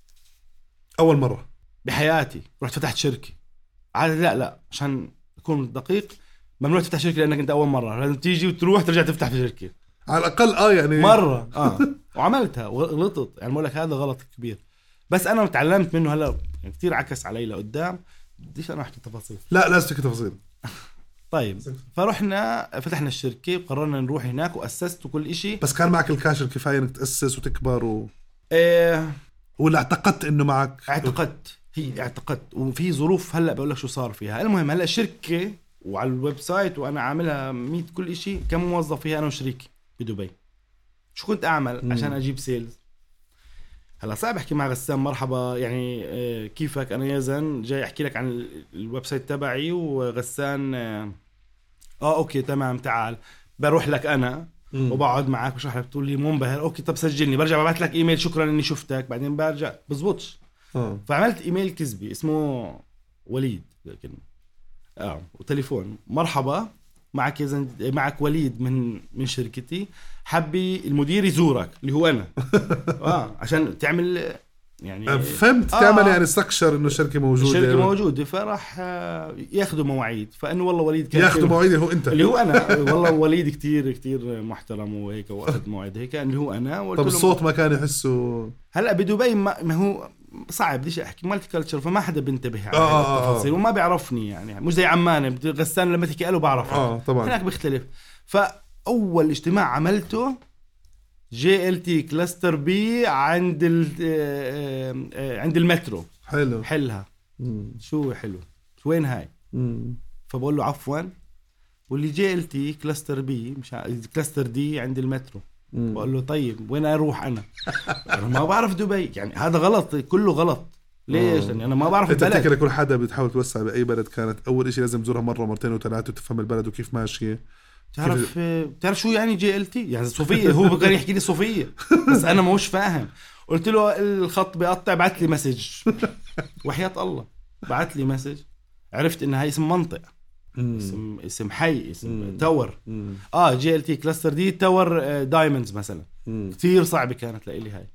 أول مرة بحياتي. رحت فتحت شركة. عاد لا لا عشان أكون دقيق، ممنوع تفتح شركة لأنك أنت أول مرة. لازم تيجي وتروح ترجع تفتح في شركة على الأقل. آه يعني مرة آه وعملتها وغلطت. يعني بقول لك هذا غلط كبير، بس أنا تعلمت منه. هلا يعني كتير عكس علي لقدام. بديش أنا أحكي تفاصيل. لا لازم تحكي تفاصيل. طيب فرحنا فتحنا الشركة وقررنا نروح هناك وأسست وكل إشي. بس كان معك الكاش الكفاية إنك تأسس وتكبر و... إيه ولا اعتقدت انه معك؟ اعتقدت. هي اعتقدت. وفي ظروف هلا بقول لك شو صار فيها. المهم هلا الشركه وعلى الويب سايت وانا عاملها مية كل شيء. كم موظف فيها انا وشريكي بدبي. شو كنت اعمل مم. عشان اجيب سيلز؟ هلا صعب احكي مع غسان مرحبا يعني اه كيفك انا يزن جاي احكي لك عن الويب سايت تبعي. وغسان اه, اه اوكي تمام تعال بروح لك انا مم. وبقعد معك بشرح لك. بتقول لي منبهر اوكي طب سجلني. برجع ببعث لك ايميل شكرا اني شفتك. بعدين برجع بزبطش. أوه. فعملت ايميل كذبي اسمه وليد لكن اه وتليفون مرحبا معك يزن معك وليد من من شركتي. حبي المدير يزورك اللي هو انا. اه عشان تعمل يعني فهمت آه تعمل يعني استكشر انه الشركه موجوده. الشركه موجوده فراح ياخذوا مواعيد. فانه والله وليد كان ياخذوا مواعيد اللي هو انت اللي هو انا. والله وليد كتير كتير محترم وهيك واخذ مواعيد هيك اللي هو انا. طب الصوت ما كان يحسه هلا بدبي ما, ما هو صعب. بديش احكي مالتي كلتشر فما حدا بينتبه على آه التفاصيل وما بيعرفني. يعني مش زي عمان غسان لما تحكي له بعرفه. اه طبعا هناك بيختلف. فاول اجتماع عملته جي ال تي كلاستر بي عند عند المترو. حلو حلها مم. شو حلو وين هاي مم. فبقول له عفوا. واللي جي ال تي كلاستر بي مش ع... كلاستر دي عند المترو. مم. بقول له طيب وين اروح انا؟ انا ما بعرف دبي. يعني هذا غلط كله غلط. ليش؟ لاني انا ما بعرف البلد. انت كل حدا بتحاول توسع باي بلد كانت اول شيء لازم تزورها مره مرتين وثلاثه وتفهم البلد وكيف ماشيه تعرف تعرف شو يعني جي ال تي يعني صوفية هو كان يحكي لي صوفية بس أنا ما هوش فاهم. قلت له الخط بيقطع بعت لي مسج وحياة الله بعت لي مسج عرفت إن هاي اسم منطقة اسم اسم حي اسم مم. تاور مم. اه جي ال تي كلاستر دي تاور دايموندز مثلا مم. كثير صعبة كانت لإلي هاي.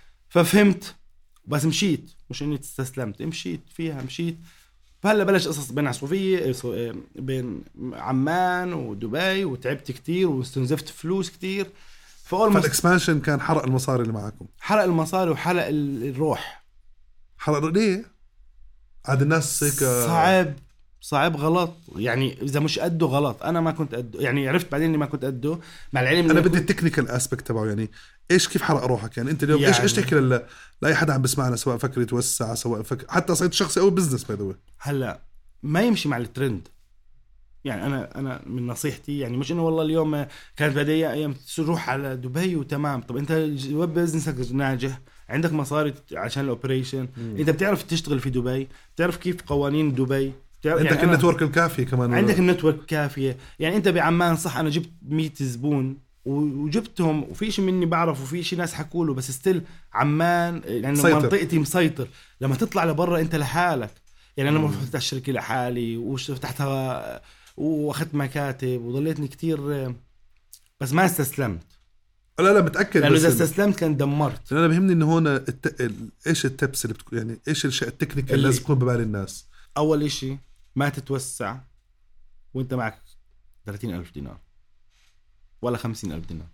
ففهمت بس مشيت مش إني استسلمت مشيت فيها مشيت. فهلا بلش قصص بين صوفية بين عمان ودبي وتعبت كتير واستنزفت فلوس كتير. فالإكسبانشن كان حرق المصاري اللي معكم حرق المصاري وحرق الروح. حرق ليه؟ عاد الناس هيك صعب صعب غلط يعني إذا مش قده غلط. أنا ما كنت قده يعني عرفت بعدين إني ما كنت قده مع العلم. أنا بدي التكنيكال أسبكت تبعه يعني إيش كيف حرق روحك يعني أنت اليوم يعني إيش إيش تحكي لل... لأي حدا عم بسمعنا سواء فكر يتوسع سواء فكر حتى صيد شخصي أو بزنس باي. هلا ما يمشي مع الترند يعني. أنا أنا من نصيحتي يعني مش إنه والله اليوم كانت بداية أيام تروح على دبي وتمام. طب أنت ويب بزنسك ناجح عندك مصاري عشان الأوبريشن أنت بتعرف تشتغل في دبي بتعرف كيف قوانين دبي عندك يعني النتورك الكافية كمان عندك النتورك كافية يعني. أنت بعمان صح أنا جبت مية زبون وجبتهم وفي شيء مني بعرف وفي شيء ناس حكوله بس ستيل عمان يعني منطقتي مسيطر. لما تطلع لبرا أنت لحالك يعني. أنا فتحت الشركة لحالي وفتحتها وأخذت مكاتب وضليتني كتير بس ما استسلمت. لا لا متأكد لأنه إذا استسلمت كان دمرت. أنا بهمني إنه هون الت... إيش التبس اللي بتكون يعني إيش الشيء التكنيك اللي لازم يكون ببال الناس. أول إشي ما تتوسع وانت معك ثلاثين ألف دينار ولا خمسين ألف دينار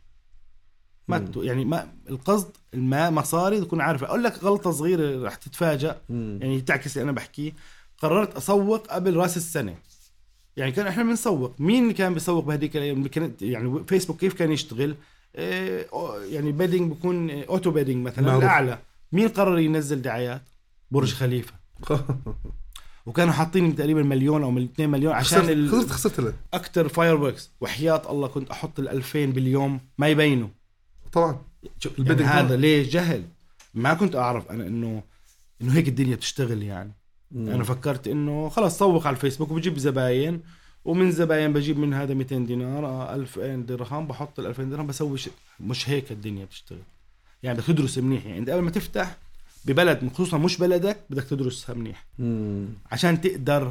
ما ت... يعني ما القصد الماء مصاري تكون عارف. أقول لك غلطة صغيرة رح تتفاجأ مم. يعني تعكس اللي أنا بحكيه. قررت أسوق قبل رأس السنة يعني كان إحنا بنسوق. مين اللي كان بيسوق بهديك يعني فيسبوك كيف كان يشتغل إيه يعني بيدينج بيكون أوتو بيدينج مثلا معروف. الأعلى مين قرر ينزل دعايات برج خليفة وكانوا حاطين تقريبا مليون او اثنين مليون عشان خسرت خسرت اكتر فايروركس. وحياة الله كنت احط الألفين باليوم ما يبينوا طبعا يعني هذا ليه جهل. ما كنت اعرف انا انه انه هيك الدنيا بتشتغل يعني. مم. انا فكرت انه خلاص سوق على الفيسبوك وبجيب زباين ومن زباين بجيب من هذا مئتين دينار ألفين درهم بحط الألفين درهم بسوي شيء. مش هيك الدنيا بتشتغل يعني. بدك تدرس منيح يعني. انت قبل ما تفتح ببلد خصوصا مش بلدك بدك تدرسها منيح مم. عشان تقدر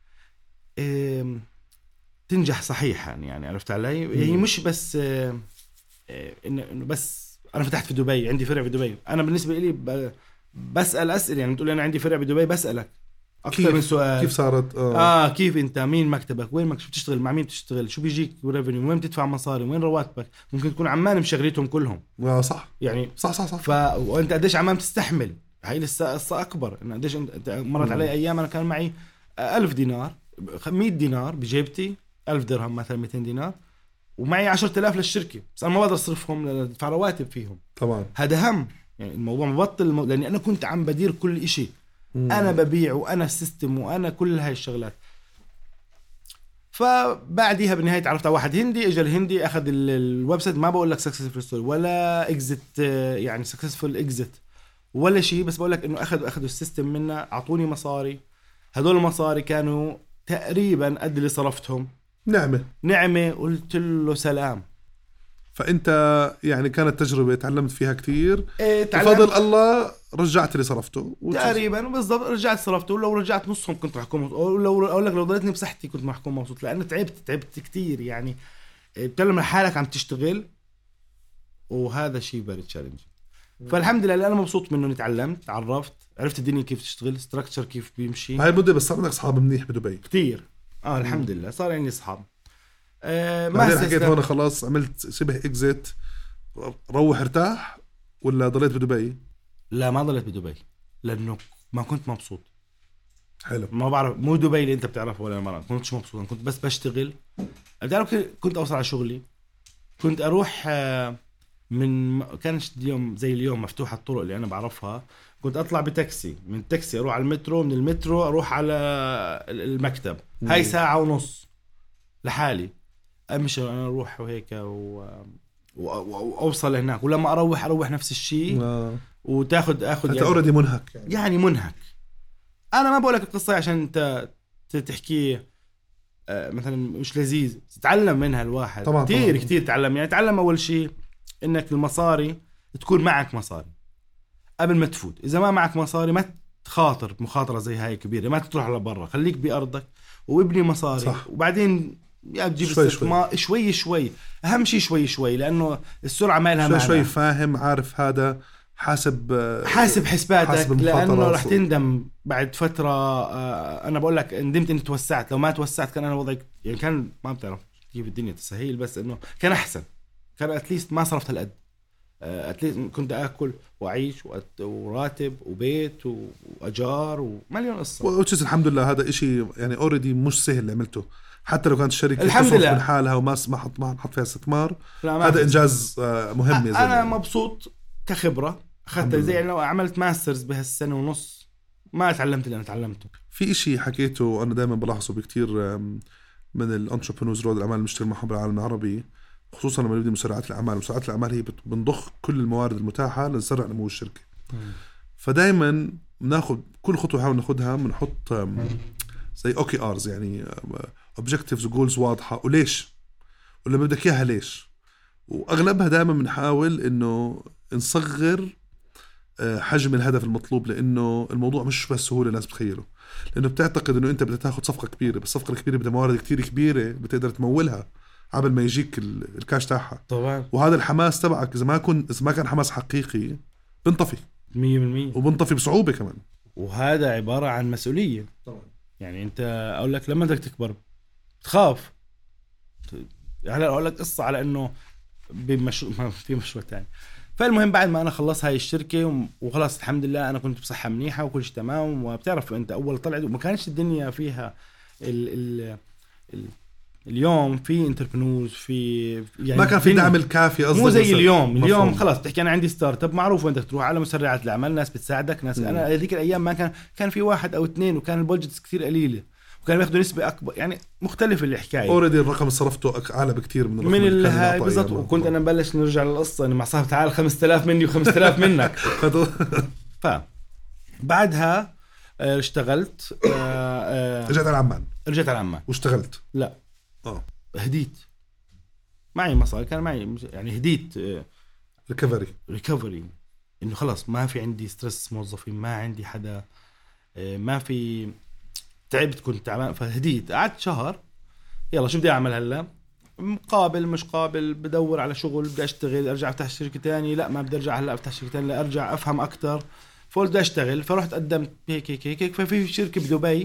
اه تنجح صحيحا يعني. عرفت علي؟ مم. هي مش بس اه انه بس انا فتحت في دبي عندي فرع في دبي. انا بالنسبه لي بسال اسئله يعني. بتقول انا عندي فرع في دبي بسالك اكثر من سؤال. كيف صارت اه, آه كيف انت مين مكتبك وين مكتب بتشتغل مع مين بتشتغل شو بيجيك ريفينيو وين بتدفع مصاري وين رواتبك. ممكن تكون عمان مشغليتهم كلهم اه صح يعني صح صح صح. ف وانت قديش عمان تستحمل. هاي لسه قصة أكبر. إن قديش أنت مرت علي أيام أنا كان معي ألف دينار مية دينار بجيبتي ألف درهم مثلا مئتين دينار ومعي عشرة آلاف للشركة بس أنا ما بقدر أصرفهم لدفع رواتب فيهم. طبعا هذا هم يعني الموضوع مبطل المو... لأني أنا كنت عم بدير كل إشي. مم. أنا ببيع وأنا السيستم وأنا كل هاي الشغلات. فبعديها بالنهاية تعرفت على واحد هندي اجى الهندي أخذ الويب سايت. ما بقول لك سكسسفل ستوري ولا إكزيت يعني سكسسفل إكزيت ولا شيء بس بقول لك انه اخذوا اخذوا السيستم منا اعطوني مصاري. هذول المصاري كانوا تقريبا قد اللي صرفتهم. نعمه نعمه قلت له سلام. فانت يعني كانت تجربه تعلمت فيها كتير. إيه بفضل الله رجعت اللي صرفته تقريبا بالضبط. رجعت صرفته ولو رجعت نصهم كنت راح اكون مبسوط. لو اقول لك لو ضليتني بصحتي كنت راح اكون مبسوط لانه تعبت تعبت كتير يعني. بتعلم لحالك عم تشتغل وهذا شيء فيري تشالنج. فالحمد لله انا مبسوط منه. تعلمت عرفت عرفت الدنيا كيف تشتغل ستراكشر كيف بيمشي. هاي المده بس صار عندك اصحاب منيح بدبي كتير اه الحمد لله صار عندي اصحاب. آه ما حكيت هون خلاص عملت شبه اكزيت روح ارتاح ولا ضليت بدبي؟ لا ما ضليت بدبي لانه ما كنت مبسوط. حلو. ما بعرف مو دبي اللي انت بتعرفه ولا ما كنتش مبسوط. كنت بس بشتغل. بتعرف كنت اوصل على شغلي كنت اروح آه من كانش اليوم زي اليوم مفتوحة الطرق اللي أنا بعرفها. كنت أطلع بتاكسي من التاكسي أروح على المترو من المترو أروح على المكتب. هاي ساعة ونص لحالي أمشي أنا أروح وهيك و... وأوصل هناك. ولما أروح أروح نفس الشيء آه. وتاخد أخذ أنت يعني أوريدي منهك يعني. يعني منهك. أنا ما بقولك القصة عشان أنت تحكي مثلا مش لذيذ تتعلم منها الواحد طبعا كتير طبعا. كتير تعلم. يعني تعلم أول شيء إنك المصاري تكون معك مصاري قبل ما تفوت. إذا ما معك مصاري ما تخاطر مخاطرة زي هاي كبيرة، ما تروح على برا، خليك بأرضك وابني مصاري. صح. وبعدين يا تجيب شوي شوي. شوي شوي أهم شيء شوي شوي، لأنه السرعة ما لها شوي معنى. شوي فاهم عارف هذا حاسب حاسب حسباتك حاسب لأنه رح تندم بعد فترة. آه أنا بقول لك ندمت إني توسعت. لو ما توسعت كان أنا وضعي يعني كان ما بتعرف كيف الدنيا تسهيل، بس إنه كان أحسن، كان أتليست ما صرفت هالقد. أتليست كنت أكل وأعيش وراتب وبيت وأجار ومليون قصة. وتشيز الحمد لله هذا إشي يعني أوريدي مش سهل اللي عملته، حتى لو كانت الشركة الحمد لله من حالها وما ما حط ما حط فيها استثمار. هذا في إنجاز مهم يا زلمة. أنا مبسوط كخبرة أخذت زي لو عملت ماسترز بهالسنة ونص ما تعلمت اللي أنا تعلمته. في إشي حكيته أنا دائما بلاحظه بكتير من الانتربرنورز رود الأعمال المشتري معهم بالعالم العربي، خصوصا لما نبدي مسرعات الأعمال. مسرعات الأعمال هي بنضخ كل الموارد المتاحة لنسرع نمو الشركة. فدايما بناخذ كل خطوة حاول ناخدها بنحط زي أوكي آرز يعني objectives وجولز واضحة وليش، ولما بدك إياها ليش. وأغلبها دائما بنحاول إنه نصغر حجم الهدف المطلوب، لأنه الموضوع مش بس سهولة الناس بتخيله. لأنه بتعتقد إنه أنت بدك تاخد صفقة كبيرة، بس الصفقة الكبيرة بدها موارد كتير كبيرة بتقدر تمولها قبل ما يجيك الكاش تاعها. طبعا. وهذا الحماس تبعك إذا ما كن إذا ما كان حماس حقيقي بنطفي مية بالمية، وبنطفي بصعوبة كمان. وهذا عبارة عن مسؤولية طبعا. يعني أنت أقول لك لما بدك تكبر تخاف. يعني أقول لك قصة على إنه بمشروع في مشروع تاني. فالمهم بعد ما أنا خلص هاي الشركة وخلاص الحمد لله أنا كنت بصحة منيحة وكل شيء تمام. وبتعرف أنت أول طلعت وما كانش الدنيا فيها ال ال ال اليوم في انتربرنورز في يعني ما كان في دعم الكافي مو زي اليوم. اليوم مفهوم. خلاص بتحكي أنا عندي ستارت اب معروف وين بدك تروح على مسرعات الأعمال، ناس بتساعدك ناس. م. أنا هذيك الأيام ما كان كان في واحد أو اثنين وكان البودجتس كتير قليلة وكانوا ياخذوا نسبة أكبر يعني مختلف الحكاية. أوريدي الرقم صرفته أعلى بكتير من من الهاي بالضبط. وكنت أنا بلش نرجع للقصة إنه مع صاحب تعال خمسة آلاف مني وخمسة آلاف منك. ف بعدها اشتغلت. رجعت على عمان. رجعت على عمان واشتغلت. لا اه هديت معي مصاري كان معي يعني هديت ريكفري ريكفري إنه خلاص ما في عندي ستريس موظفين، ما عندي حدا، ما في تعبت كنت تعبان. فهديت قعدت شهر يلا شو بدي أعمل هلا، مقابل مش قابل بدور على شغل بدي أشتغل أرجع أفتح شركة تاني. لا ما بدي أرجع هلا أفتح شركة تاني، لا أرجع أفهم أكتر. فقلت بدي أشتغل فرحت قدمت هيك هيك هيك. ففي شركة بدبي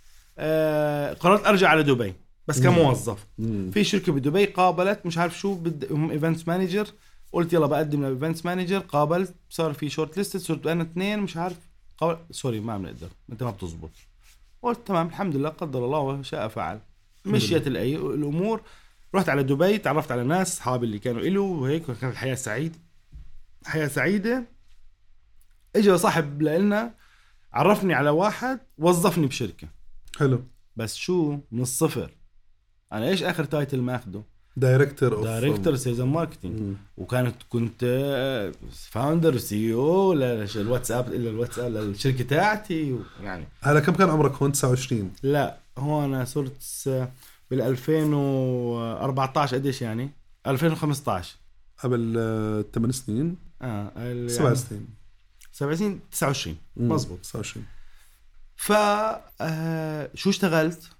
آه قررت أرجع على دبي بس كموظف. في شركة بدبي قابلت مش عارف شو بدهم إيفنتس مانجر. قلت يلا بقدم لإيفنتس مانجر. قابلت صار في شورت ليست صرت أنا اثنين مش عارف قابل سوري ما بنقدر أنت ما بتزبط. قلت تمام الحمد لله قدر الله وشاء فعل. مشيت الأي الأمور. رحت على دبي تعرفت على ناس أصحابي اللي كانوا إله وهيك وكانت الحياة سعيدة حياة سعيدة. إجا صاحب لنا عرفني على واحد وظفني بشركة. حلو. بس شو من الصفر. أنا إيش آخر تايتل ما أخده دايركتور أوف دايركتور سيلز ماركتينج. وكانت كنت فاوندر سي او للواتساب إلا الواتساب للشركة تاعتي يعني. هلا كم كان عمرك هون؟ تسعة وعشرين. لا هو أنا صرت بالألفين وأربعتاشر قديش يعني ألفين وخمستاشر قبل ثمان سنين. اه سبع يعني سنين سبع سنين تسعة وعشرين مزبوط تسعة وعشرين. ف آه شو اشتغلت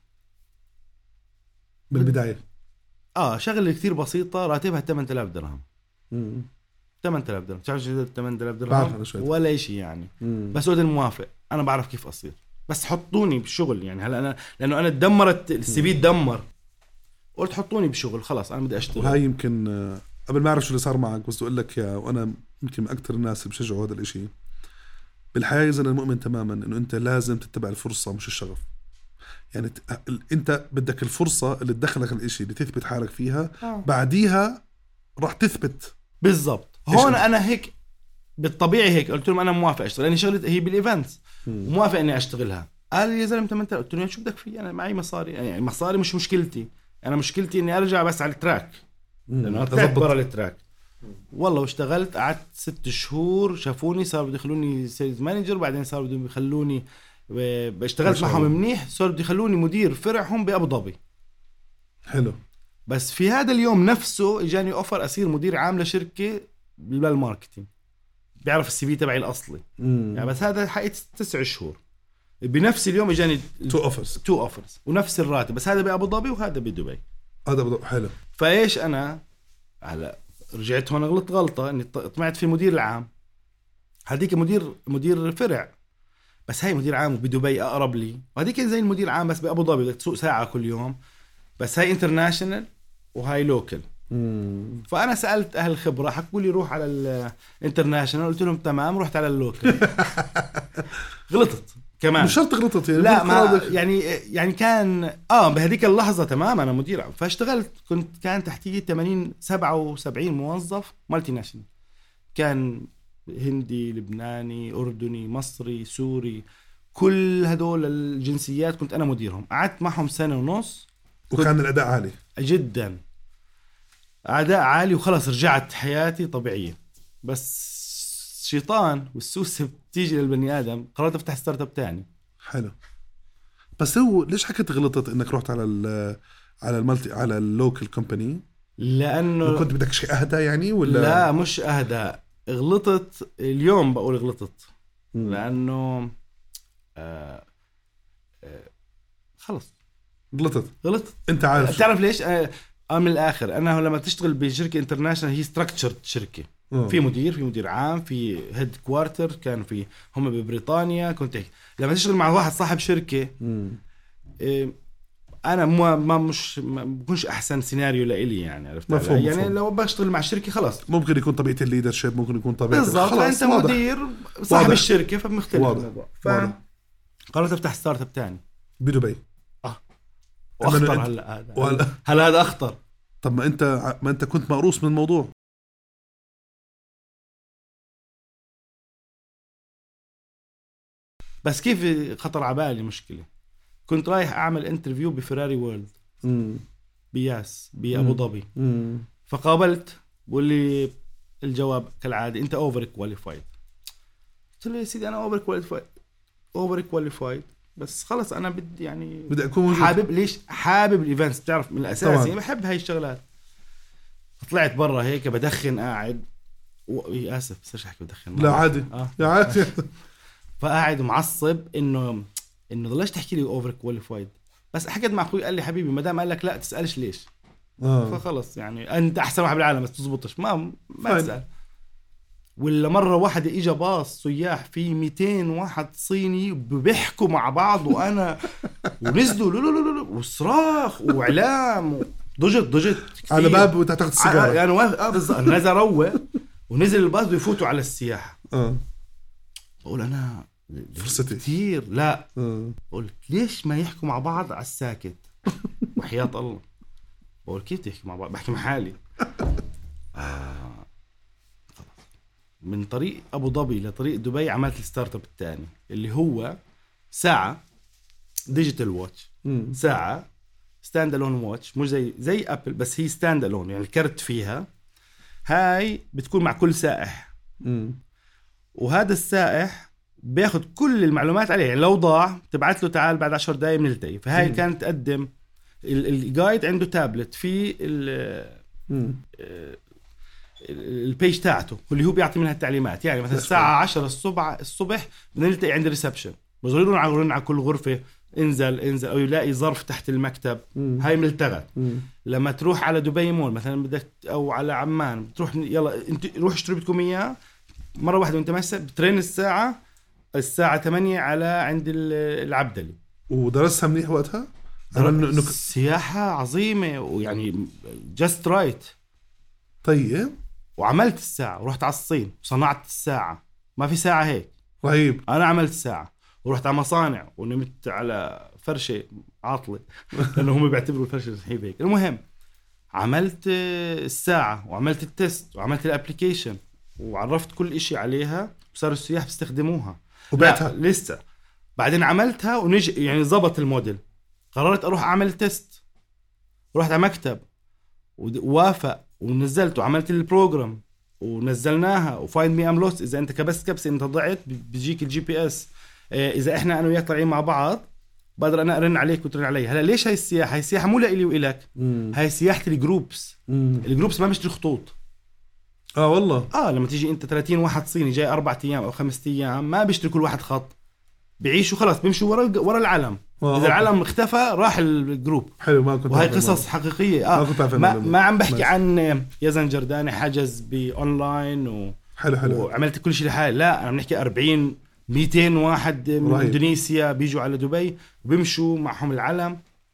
بالبداية؟ اه شغلة كتير بسيطة راتبها ثمانية آلاف درهم. امم ثمانية آلاف درهم. تعرف شو ثمانية آلاف درهم ولا شيء يعني. مم. بس هذا الموافق انا بعرف كيف اصير بس حطوني بالشغل يعني. هلا انا لانه انا تدمرت السي في تدمر قلت حطوني بشغل خلاص انا بدي اشتغل. وهاي يمكن قبل ما اعرف شو اللي صار معك بس اقول لك يا وانا يمكن من اكثر الناس اللي بشجعوا هذا الاشي بالحياة. اذا انا مؤمن تماما انه انت لازم تتبع الفرصة مش الشغف. يعني ت... انت بدك الفرصة اللي تدخلك الاشي اللي تثبت حالك فيها. آه. بعديها راح تثبت بالضبط. هون انا هيك بالطبيعي هيك قلت لهم انا موافق اشتغل لاني شغلت هي بالايفنتس وموافق اني اشتغلها. قال يا زلمه انت قلت له شو بدك فيه انا معي مصاري يعني مصاري مش مشكلتي. انا مشكلتي اني ارجع بس على التراك لانه طلعت برا التراك. والله واشتغلت قعدت ست شهور شافوني صاروا يدخلوني سيلز مانجر وبعدين صاروا بدهم يخلوني اشتغلت معهم منيح صاروا بده يخلوني مدير فرعهم بأبو ظبي. حلو. بس في هذا اليوم نفسه اجاني اوفر اصير مدير عام لشركه بالماركتينج، بيعرف السي في تبعي الاصلي يعني، بس هذا حقيقة تسع شهور. بنفس اليوم اجاني تو اوفرز تو اوفرز ونفس الراتب، بس هذا بابو ظبي وهذا بدبي. هذا ابو ظبي. حلو. فايش انا هلا رجعت هون غلط غلطه اني طمعت في المدير العام، هذيك مدير مدير فرع، بس هاي مدير عام بدبي اقرب لي، وهذيك زي المدير العام بس بابو ظبي بدك تسوق ساعه كل يوم، بس هاي انترناشونال وهاي لوكل. مم. فانا سالت اهل الخبره حكوا لي روح على الانترناشونال، قلت لهم تمام، رحت على اللوكل. غلطت كمان، مش شرط غلطت يعني، لا ما يعني يعني كان اه بهذيك اللحظه تمام انا مدير عام، فاشتغلت كنت كان تحتي ثمانين سبعة وسبعين موظف مالتي ناشونال، كان هندي لبناني اردني مصري سوري، كل هدول الجنسيات كنت انا مديرهم. قعدت معهم سنه ونص وكان الاداء عالي جدا، أداء عالي، وخلص رجعت حياتي طبيعية. بس الشيطان والسوسة بتيجي للبني آدم، قررت أفتح ستارت اب تاني. حلو. بس هو ليش حكيت غلطت إنك رحت على ال على المالتي على اللوكال كومباني؟ لأنه كنت بدك شيء أهدى يعني ولا؟ لا مش أهدى، غلطت اليوم بقول غلطت م. لأنه آه آه خلص غلطت غلطت. أنت عارف تعرف ليش؟ آه من الآخر أنا لما تشتغل بشركة انترناشنال هي ستراكتشرد شركة، أوه. في مدير في مدير عام في هيد كوارتر، كان في هم ببريطانيا، كنت هيك. لما تشتغل مع واحد صاحب شركة إيه أنا ما ما مش ما بكونش أحسن سيناريو لإلي يعني، عرفت مفهوم يعني مفهوم. لو بشتغل مع شركة خلاص ممكن يكون طبيعة الليدرشيب، ممكن يكون طبيعة بالضبط، أنت واضح. مدير صاحب واضح. الشركة فبمختلف الموضوع. فقررت أفتح ستارت اب تاني بدبي. آه وأخطر هلا هذا وهلا هلا هذا أخطر. طب ما أنت ما أنت كنت مقروص من الموضوع. بس كيف خطر عبالي مشكلة، كنت رايح أعمل انترفيو بفراري وورلد بياس بأبو ظبي، فقابلت بقول لي الجواب كالعادة أنت أوفر كواليفايد. قلت له يا سيدي أنا أوفر كواليفايد أوفر كواليفايد بس خلص أنا بدي يعني بدي أكون حابب، ليش حابب الإيفنتس، بتعرف من الأساس يعني بحب هاي الشغلات. طلعت برا هيك بدخن قاعد و... آسف بس أحكي بدخن لا عادي آه. يا عادي. فقاعد معصب انه انه ضلش تحكي لي اوفر كواليفايد، بس حكيت مع اخوي قال لي حبيبي ما دام قال لك لا تسالش ليش. آه. فخلص يعني انت احسن واحد بالعالم بس تزبطش ما ما تسال. ولا مره واحده اجى باص سياح في مئتين واحد صيني بيحكوا مع بعض وانا ونزلوا لو لو لو وصراخ واعلام ضجت ضجت على باب وتحت السيجاره يعني واقف اه بالضبط. نزل روى ونزل الباص ويفوتوا على السياحه. اه بقول انا فرصتي كثير لا أه. قلت ليش ما يحكوا مع بعض على الساكت وحياة الله. بقول كيف تحكي مع بعض، بحكي مع حالي. آه. من طريق ابو ظبي لطريق دبي عملت الستارت اب الثاني اللي هو ساعة ديجيتال واتش، ساعة ستاند الون واتش، مش زي زي ابل بس هي ستاند الون يعني الكرت فيها هاي بتكون مع كل سائح. م. وهذا السائح بياخد كل المعلومات عليه، يعني لو ضاع تبعت له تعال بعد عشر دقايق بنلتقي. فهاي م. كانت تقدم الجايد عنده تابلت في البيج تاعته واللي هو بيعطي منها التعليمات. يعني مثلا الساعة عشرة الصبح الصبح بنلتقي عند الريسبشن، بزورون على على كل غرفة انزل انزل او يلاقي ظرف تحت المكتب. م. هاي ملتغت. م. لما تروح على دبي مول مثلا بدك او على عمان بتروح يلا انت روح اشتري بدكم اياه مرة واحدة وانت ماشي بترين الساعة الساعة ثمانية على عند العبدلي. ودرسها منيح وقتها؟ نك... سياحة عظيمة ويعني just right. طيب وعملت الساعة ورحت على الصين وصنعت الساعة، ما في ساعة هيك رهيب. أنا عملت الساعة ورحت على مصانع ونمت على فرشة عاطلة لأنه هم بيعتبروا الفرشة رهيبة هيك. المهم عملت الساعة وعملت التست وعملت الابليكيشن وعرفت كل إشي عليها وصاروا السياح بيستخدموها وبعتها لسه. بعدين عملتها ونجي يعني ضبط الموديل، قررت أروح أعمل تيست، رحت على مكتب ووافق ونزلت وعملت البروجرام ونزلناها وفايند مي ام لوست. إذا أنت كبست كبسة أنت ضعت بيجيك الجي بي اس. إذا إحنا أنا وياك طالعين مع بعض بقدر انا ارن عليك وترن علي. هلا ليش هاي السياحه؟ هاي السياحه مو لإلي وإلك، هاي سياحه الجروبس. الجروبس ما بيشتري خطوط. اه والله اه لما تيجي انت ثلاثين واحد صيني جاي أربعة ايام او خمسة ايام ما بيشتري كل واحد خط، بيعيشوا خلاص بيمشوا ورا ورا العالم. آه اذا العالم اختفى راح الجروب. حلو. ما كنت وهي قصص حقيقيه. اه ما, ما, ما عم بحكي عن يزن جرداني حجز باونلاين و... حلو حلو وعملت كل شيء لحالي. لا انا بنحكي أربعين مئتين واحد من رهيب. اندونيسيا بيجوا على دبي وبيمشوا معهم العلم.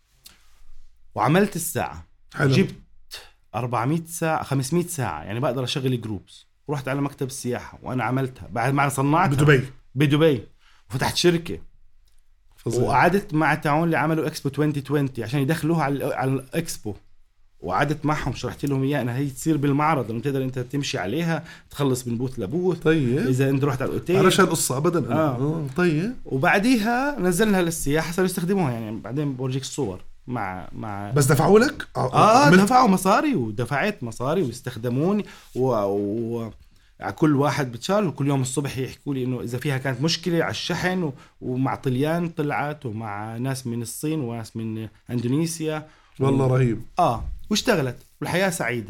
وعملت الساعه حلو. جبت أربعمئة ساعه خمسمئة ساعه يعني بقدر اشغل جروبس. ورحت على مكتب السياحه وانا عملتها بعد ما صنعتها بدبي بدبي وفتحت شركه فظيع. وقعدت مع تعاون اللي عملوا اكسبو ألفين وعشرين عشان يدخلوها على على الاكسبو. وقعدت معهم شرحت لهم اياه انا هي تصير بالمعرض لما تقدر انت تمشي عليها تخلص من بوث لبوث. طيب اذا انت رحت على الاوتيل عرفش القصه ابدا. آه. اه طيب. وبعديها نزلناها للسياحه صاروا يستخدموها يعني. بعدين بورجيك الصور مع مع بس دفعوا لك اه, آه دفعوا مصاري ودفعت مصاري واستخدموني و, و... كل واحد بتشارج. وكل يوم الصبح يحكوا لي انه اذا فيها كانت مشكله على الشحن و... ومع طليان طلعت ومع ناس من الصين وناس من اندونيسيا. والله و... رهيب. اه واشتغلت والحياه سعيده.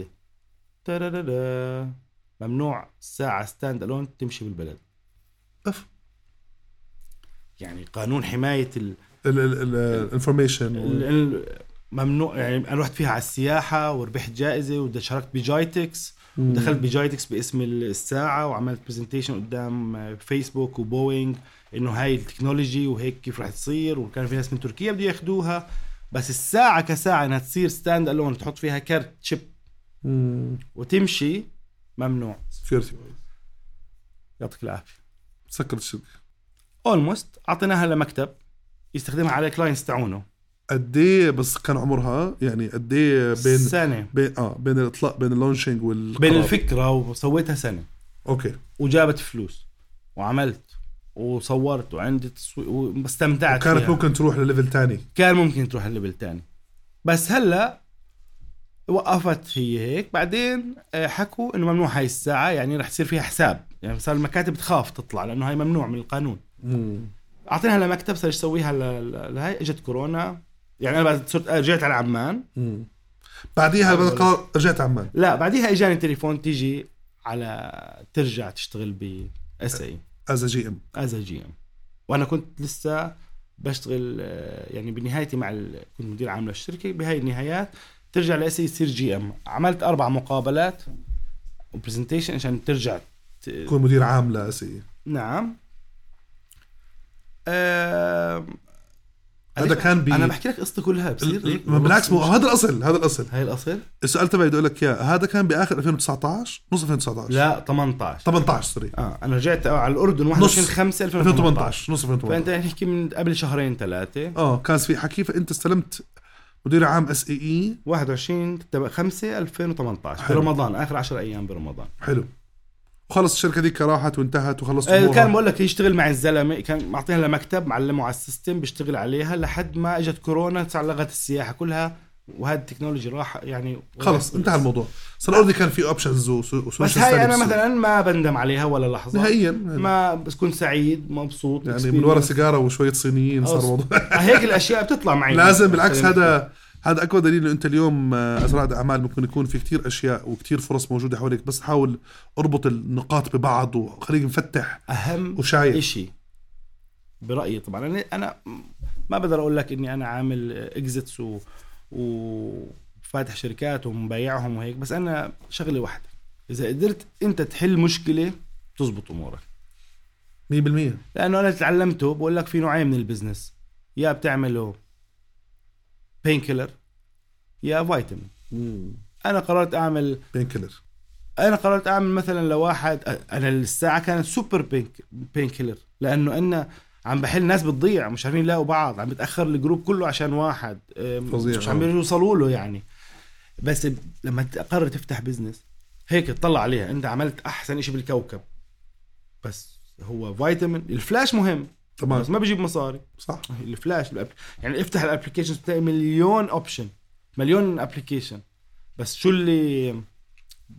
ترررر. ممنوع الساعه ستاند الون تمشي بالبلد. أف. يعني قانون حمايه ال الانفورميشن ممنوع. يعني انا رحت فيها على السياحه وربحت جائزه وشاركت بجايتكس ودخلت بجايتكس باسم الساعه وعملت برزنتيشن قدام فيسبوك وبوينغ انه هاي التكنولوجي وهيك كيف راح تصير. وكان في ناس من تركيا بده ياخدوها. بس الساعه كساعه انها تصير ستاند الون تحط فيها كارت شيب وتمشي ممنوع. سكيورتي. يعطيك العافيه. سكرت الشركه اولموست. اعطيناها لمكتب يستخدمها على كلاينتس تاعونه. قديه بس كان عمرها يعني قديه بين سنه بين اه بين الاطلاق بين اللونشينج والقرار. بين الفكره وسويتها سنه. اوكي. وجابت فلوس وعملت وصورت وعندي تصوير واستمتعت. كانت فيها. ممكن تروح لليفل تاني. كان ممكن تروح لليفل تاني بس هلا وقفت هي هيك. بعدين حكوا انه ممنوع هاي الساعه يعني رح تصير فيها حساب. يعني صار المكاتب تخاف تطلع لانه هاي ممنوع من القانون. مم. اعطيناها لمكتب صار يسويها لهاي. اجت كورونا يعني انا بعد صرت رجعت على عمان. مم. بعديها بقى رجعت عمان. لا بعديها اجاني تليفون تيجي على ترجع تشتغل ب اس اي از جي ام از جي ام. وانا كنت لسه بشتغل يعني بنهايتي مع ال... كنت مدير عام للشركه. بهاي النهايات ترجع لاس اي تصير جي ام. عملت اربع مقابلات وبرزنتيشن عشان ترجع تكون مدير عام لاس اي. نعم. أه... هذا كان بي... انا بحكي لك قصتي كلها بصير هيك. بالعكس مو هذا الاصل. هذا الاصل هاي الاصل. السؤال تبعي بدي اقول لك اياه. هذا كان باخر ألفين وتسعطعش نص ألفين وتسعطعش. لا ثمانية عشر ثمانية عشر سوري. اه انا رجعت على الاردن واحد وعشرين خمسة ألفين وثمانية عشر نص ألفين وثمانية عشر. فانت نحكي من قبل شهرين ثلاثه. اه كان في حكي. فانت استلمت مدير عام اس اي اي واحد وعشرين خمسة ألفين وثمانية عشر برمضان. اخر عشر ايام برمضان. حلو. وخلص الشركه دي راحت وانتهت وخلصت. آه كان بقول لك يشتغل مع الزلمه. كان معطيها لمكتب معلمه على السيستم بيشتغل عليها لحد ما اجت كورونا تعلقت السياحه كلها. وهذا التكنولوجي راح يعني خلص انتهى الموضوع. صار الاردن كان في اوبشنز وسوشيال. بس هاي انا مثلا ما بندم عليها ولا لحظه نهائيا. ما بس كنت سعيد مبسوط يعني من ورا سيجاره وشويه صينيين صار الموضوع. هيك الاشياء بتطلع معي. لازم بالعكس. هذا هذا أكبر دليل إنه أنت اليوم أسرع أعمال ممكن يكون في كتير أشياء وكتير فرص موجودة حواليك. بس حاول أربط النقاط ببعض وخليك مفتح. أهم وشايف إشي برأيي طبعا أنا أنا ما بقدر أقول لك إني أنا عامل إكزيتس و وفاتح شركات ومبيعهم وهيك. بس أنا شغلة واحدة. إذا قدرت أنت تحل مشكلة تزبط أمورك مية بالمية. لأنه أنا تعلمته. بقول لك في نوعين من البزنس. يا بتعمله بين كيلر يا فيتامين. مم. انا قررت اعمل بين كيلر. انا قررت اعمل مثلا لواحد. انا الساعه كانت سوبر بين بين كيلر لانه انا عم بحل ناس بتضيع مش عارفين يلاقوا بعض. عم بتاخر الجروب كله عشان واحد فظيع. مش عم يوصلوا له يعني. بس لما تقرر تفتح بزنس هيك تطلع عليها انت عملت احسن اشي بالكوكب. بس هو فيتامين. الفلاش مهم طبعا بس ما بيجيب مصاري. صح. الفلاش يعني افتح الابليكيشن بتلاقي مليون اوبشن مليون ابليكيشن. بس شو اللي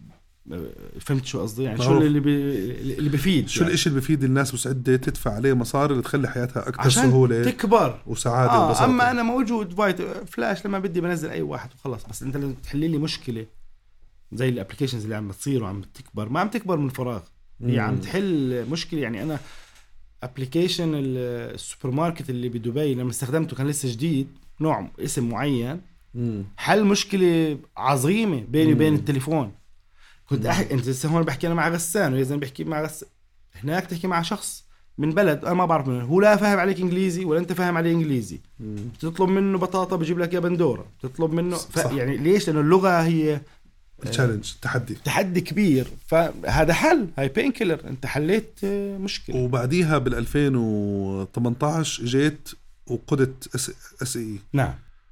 فهمت شو قصدي يعني معروف. شو اللي بي... اللي بيفيد شو يعني. الاشي اللي بيفيد الناس مستعدة تدفع عليه مصاري اللي تخلي حياتها اكثر عشان سهولة تكبر وسعادة آه وبساطة. اما انا موجود فايت فلاش لما بدي بنزل اي واحد وخلص. بس انت لازم تحلي لي مشكلة زي الابليكيشنز اللي عم بتصير وعم تكبر، ما عم تكبر من فراغ، هي عم تحل مشكلة. يعني انا ابليكيشن السوبر ماركت اللي بدبي لما استخدمته كان لسه جديد، نوع اسم معين، مم. حل مشكلة عظيمة بيني وبين التليفون. كنت أحكي أنت لسه هون بحكي أنا مع غسان ويزن بحكي مع غسان، هناك تحكي مع شخص من بلد أنا ما بعرف منه، هو لا فاهم عليك إنجليزي ولا أنت فاهم عليه إنجليزي. مم. بتطلب منه بطاطا بجيب لك يا بندورة، بتطلب منه ف... يعني ليش؟ لأنه اللغة هي تشالنج، تحدي تحدي كبير. فهذا حل، هاي بين كيلر، أنت حليت مشكلة. وبعديها بالألفين وثمانتعش جيت وقدت اس اي. نعم.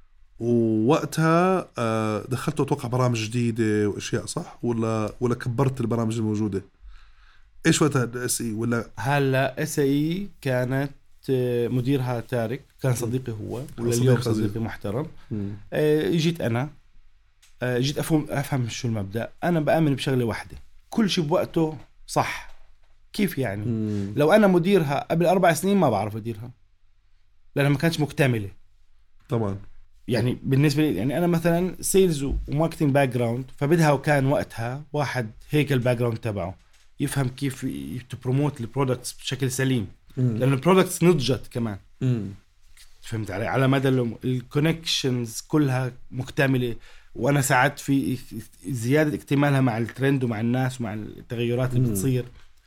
ووقتها دخلت أتوقع برامج جديدة وأشياء، صح؟ ولا ولا كبرت البرامج الموجودة؟ إيش وقتها اس اي؟ ولا هلا اس اي كانت مديرها تارك، كان صديقي هو، ولا اليوم صديقي محترم. آه جيت أنا آه جيت أفهم أفهم شو المبدأ. أنا بآمن بشغلة واحدة، كل شيء بوقته صح. كيف يعني؟ مم. لو أنا مديرها قبل أربع سنين ما بعرف أديرها لأنها ما كانتش مكتملة طبعا. يعني بالنسبة لي، يعني أنا مثلا سيلز وماركتينج باك جراوند، فبدها وكان وقتها واحد هيك الباك جراوند تبعه يفهم كيف تبروموت البرودكتس بشكل سليم. مم. لأن البرودكتس نضجت كمان. مم. فهمت علي؟ على مدى الكونكشنز كلها مكتملة، وأنا ساعدت في زيادة اكتمالها مع الترند ومع الناس ومع التغيرات اللي بتصير.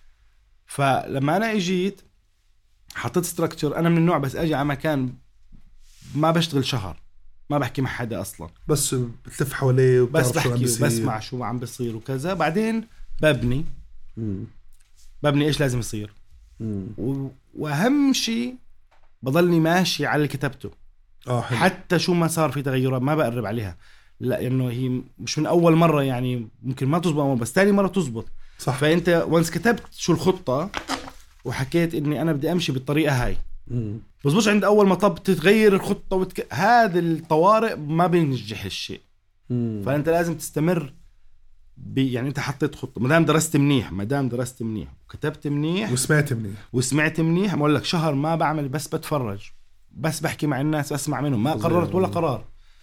فلما أنا اجيت حطيت ستراكتشر، أنا من النوع بس أجي على مكان ما بشتغل شهر ما بحكي مع حدا أصلا، بس بتلف حواليه بس بحكي وبسمع شو عم بيصير وكذا. بعدين ببني مم. ببني إيش لازم يصير. و... وأهم شيء بضلني ماشي على اللي كتبته. آه حتى شو ما صار في تغيرات ما بقرب عليها، لأنه هي مش من أول مرة، يعني ممكن ما تزبط بس تاني مرة تزبط. صح. فأنت وانس كتبت شو الخطة وحكيت إني أنا بدي أمشي بالطريقة هاي، بس عند أول ما طب تتغير الخطة وتك... هذا الطوارئ ما بينجح الشيء. مم. فأنت لازم تستمر ب... يعني أنت حطيت خطة، مدام درست منيح مدام درست منيح وكتبت منيح وسمعت منيح وسمعت منيح بقول لك شهر ما بعمل، بس بتفرج، بس بحكي مع الناس، أسمع منهم، ما قررت ولا قرار.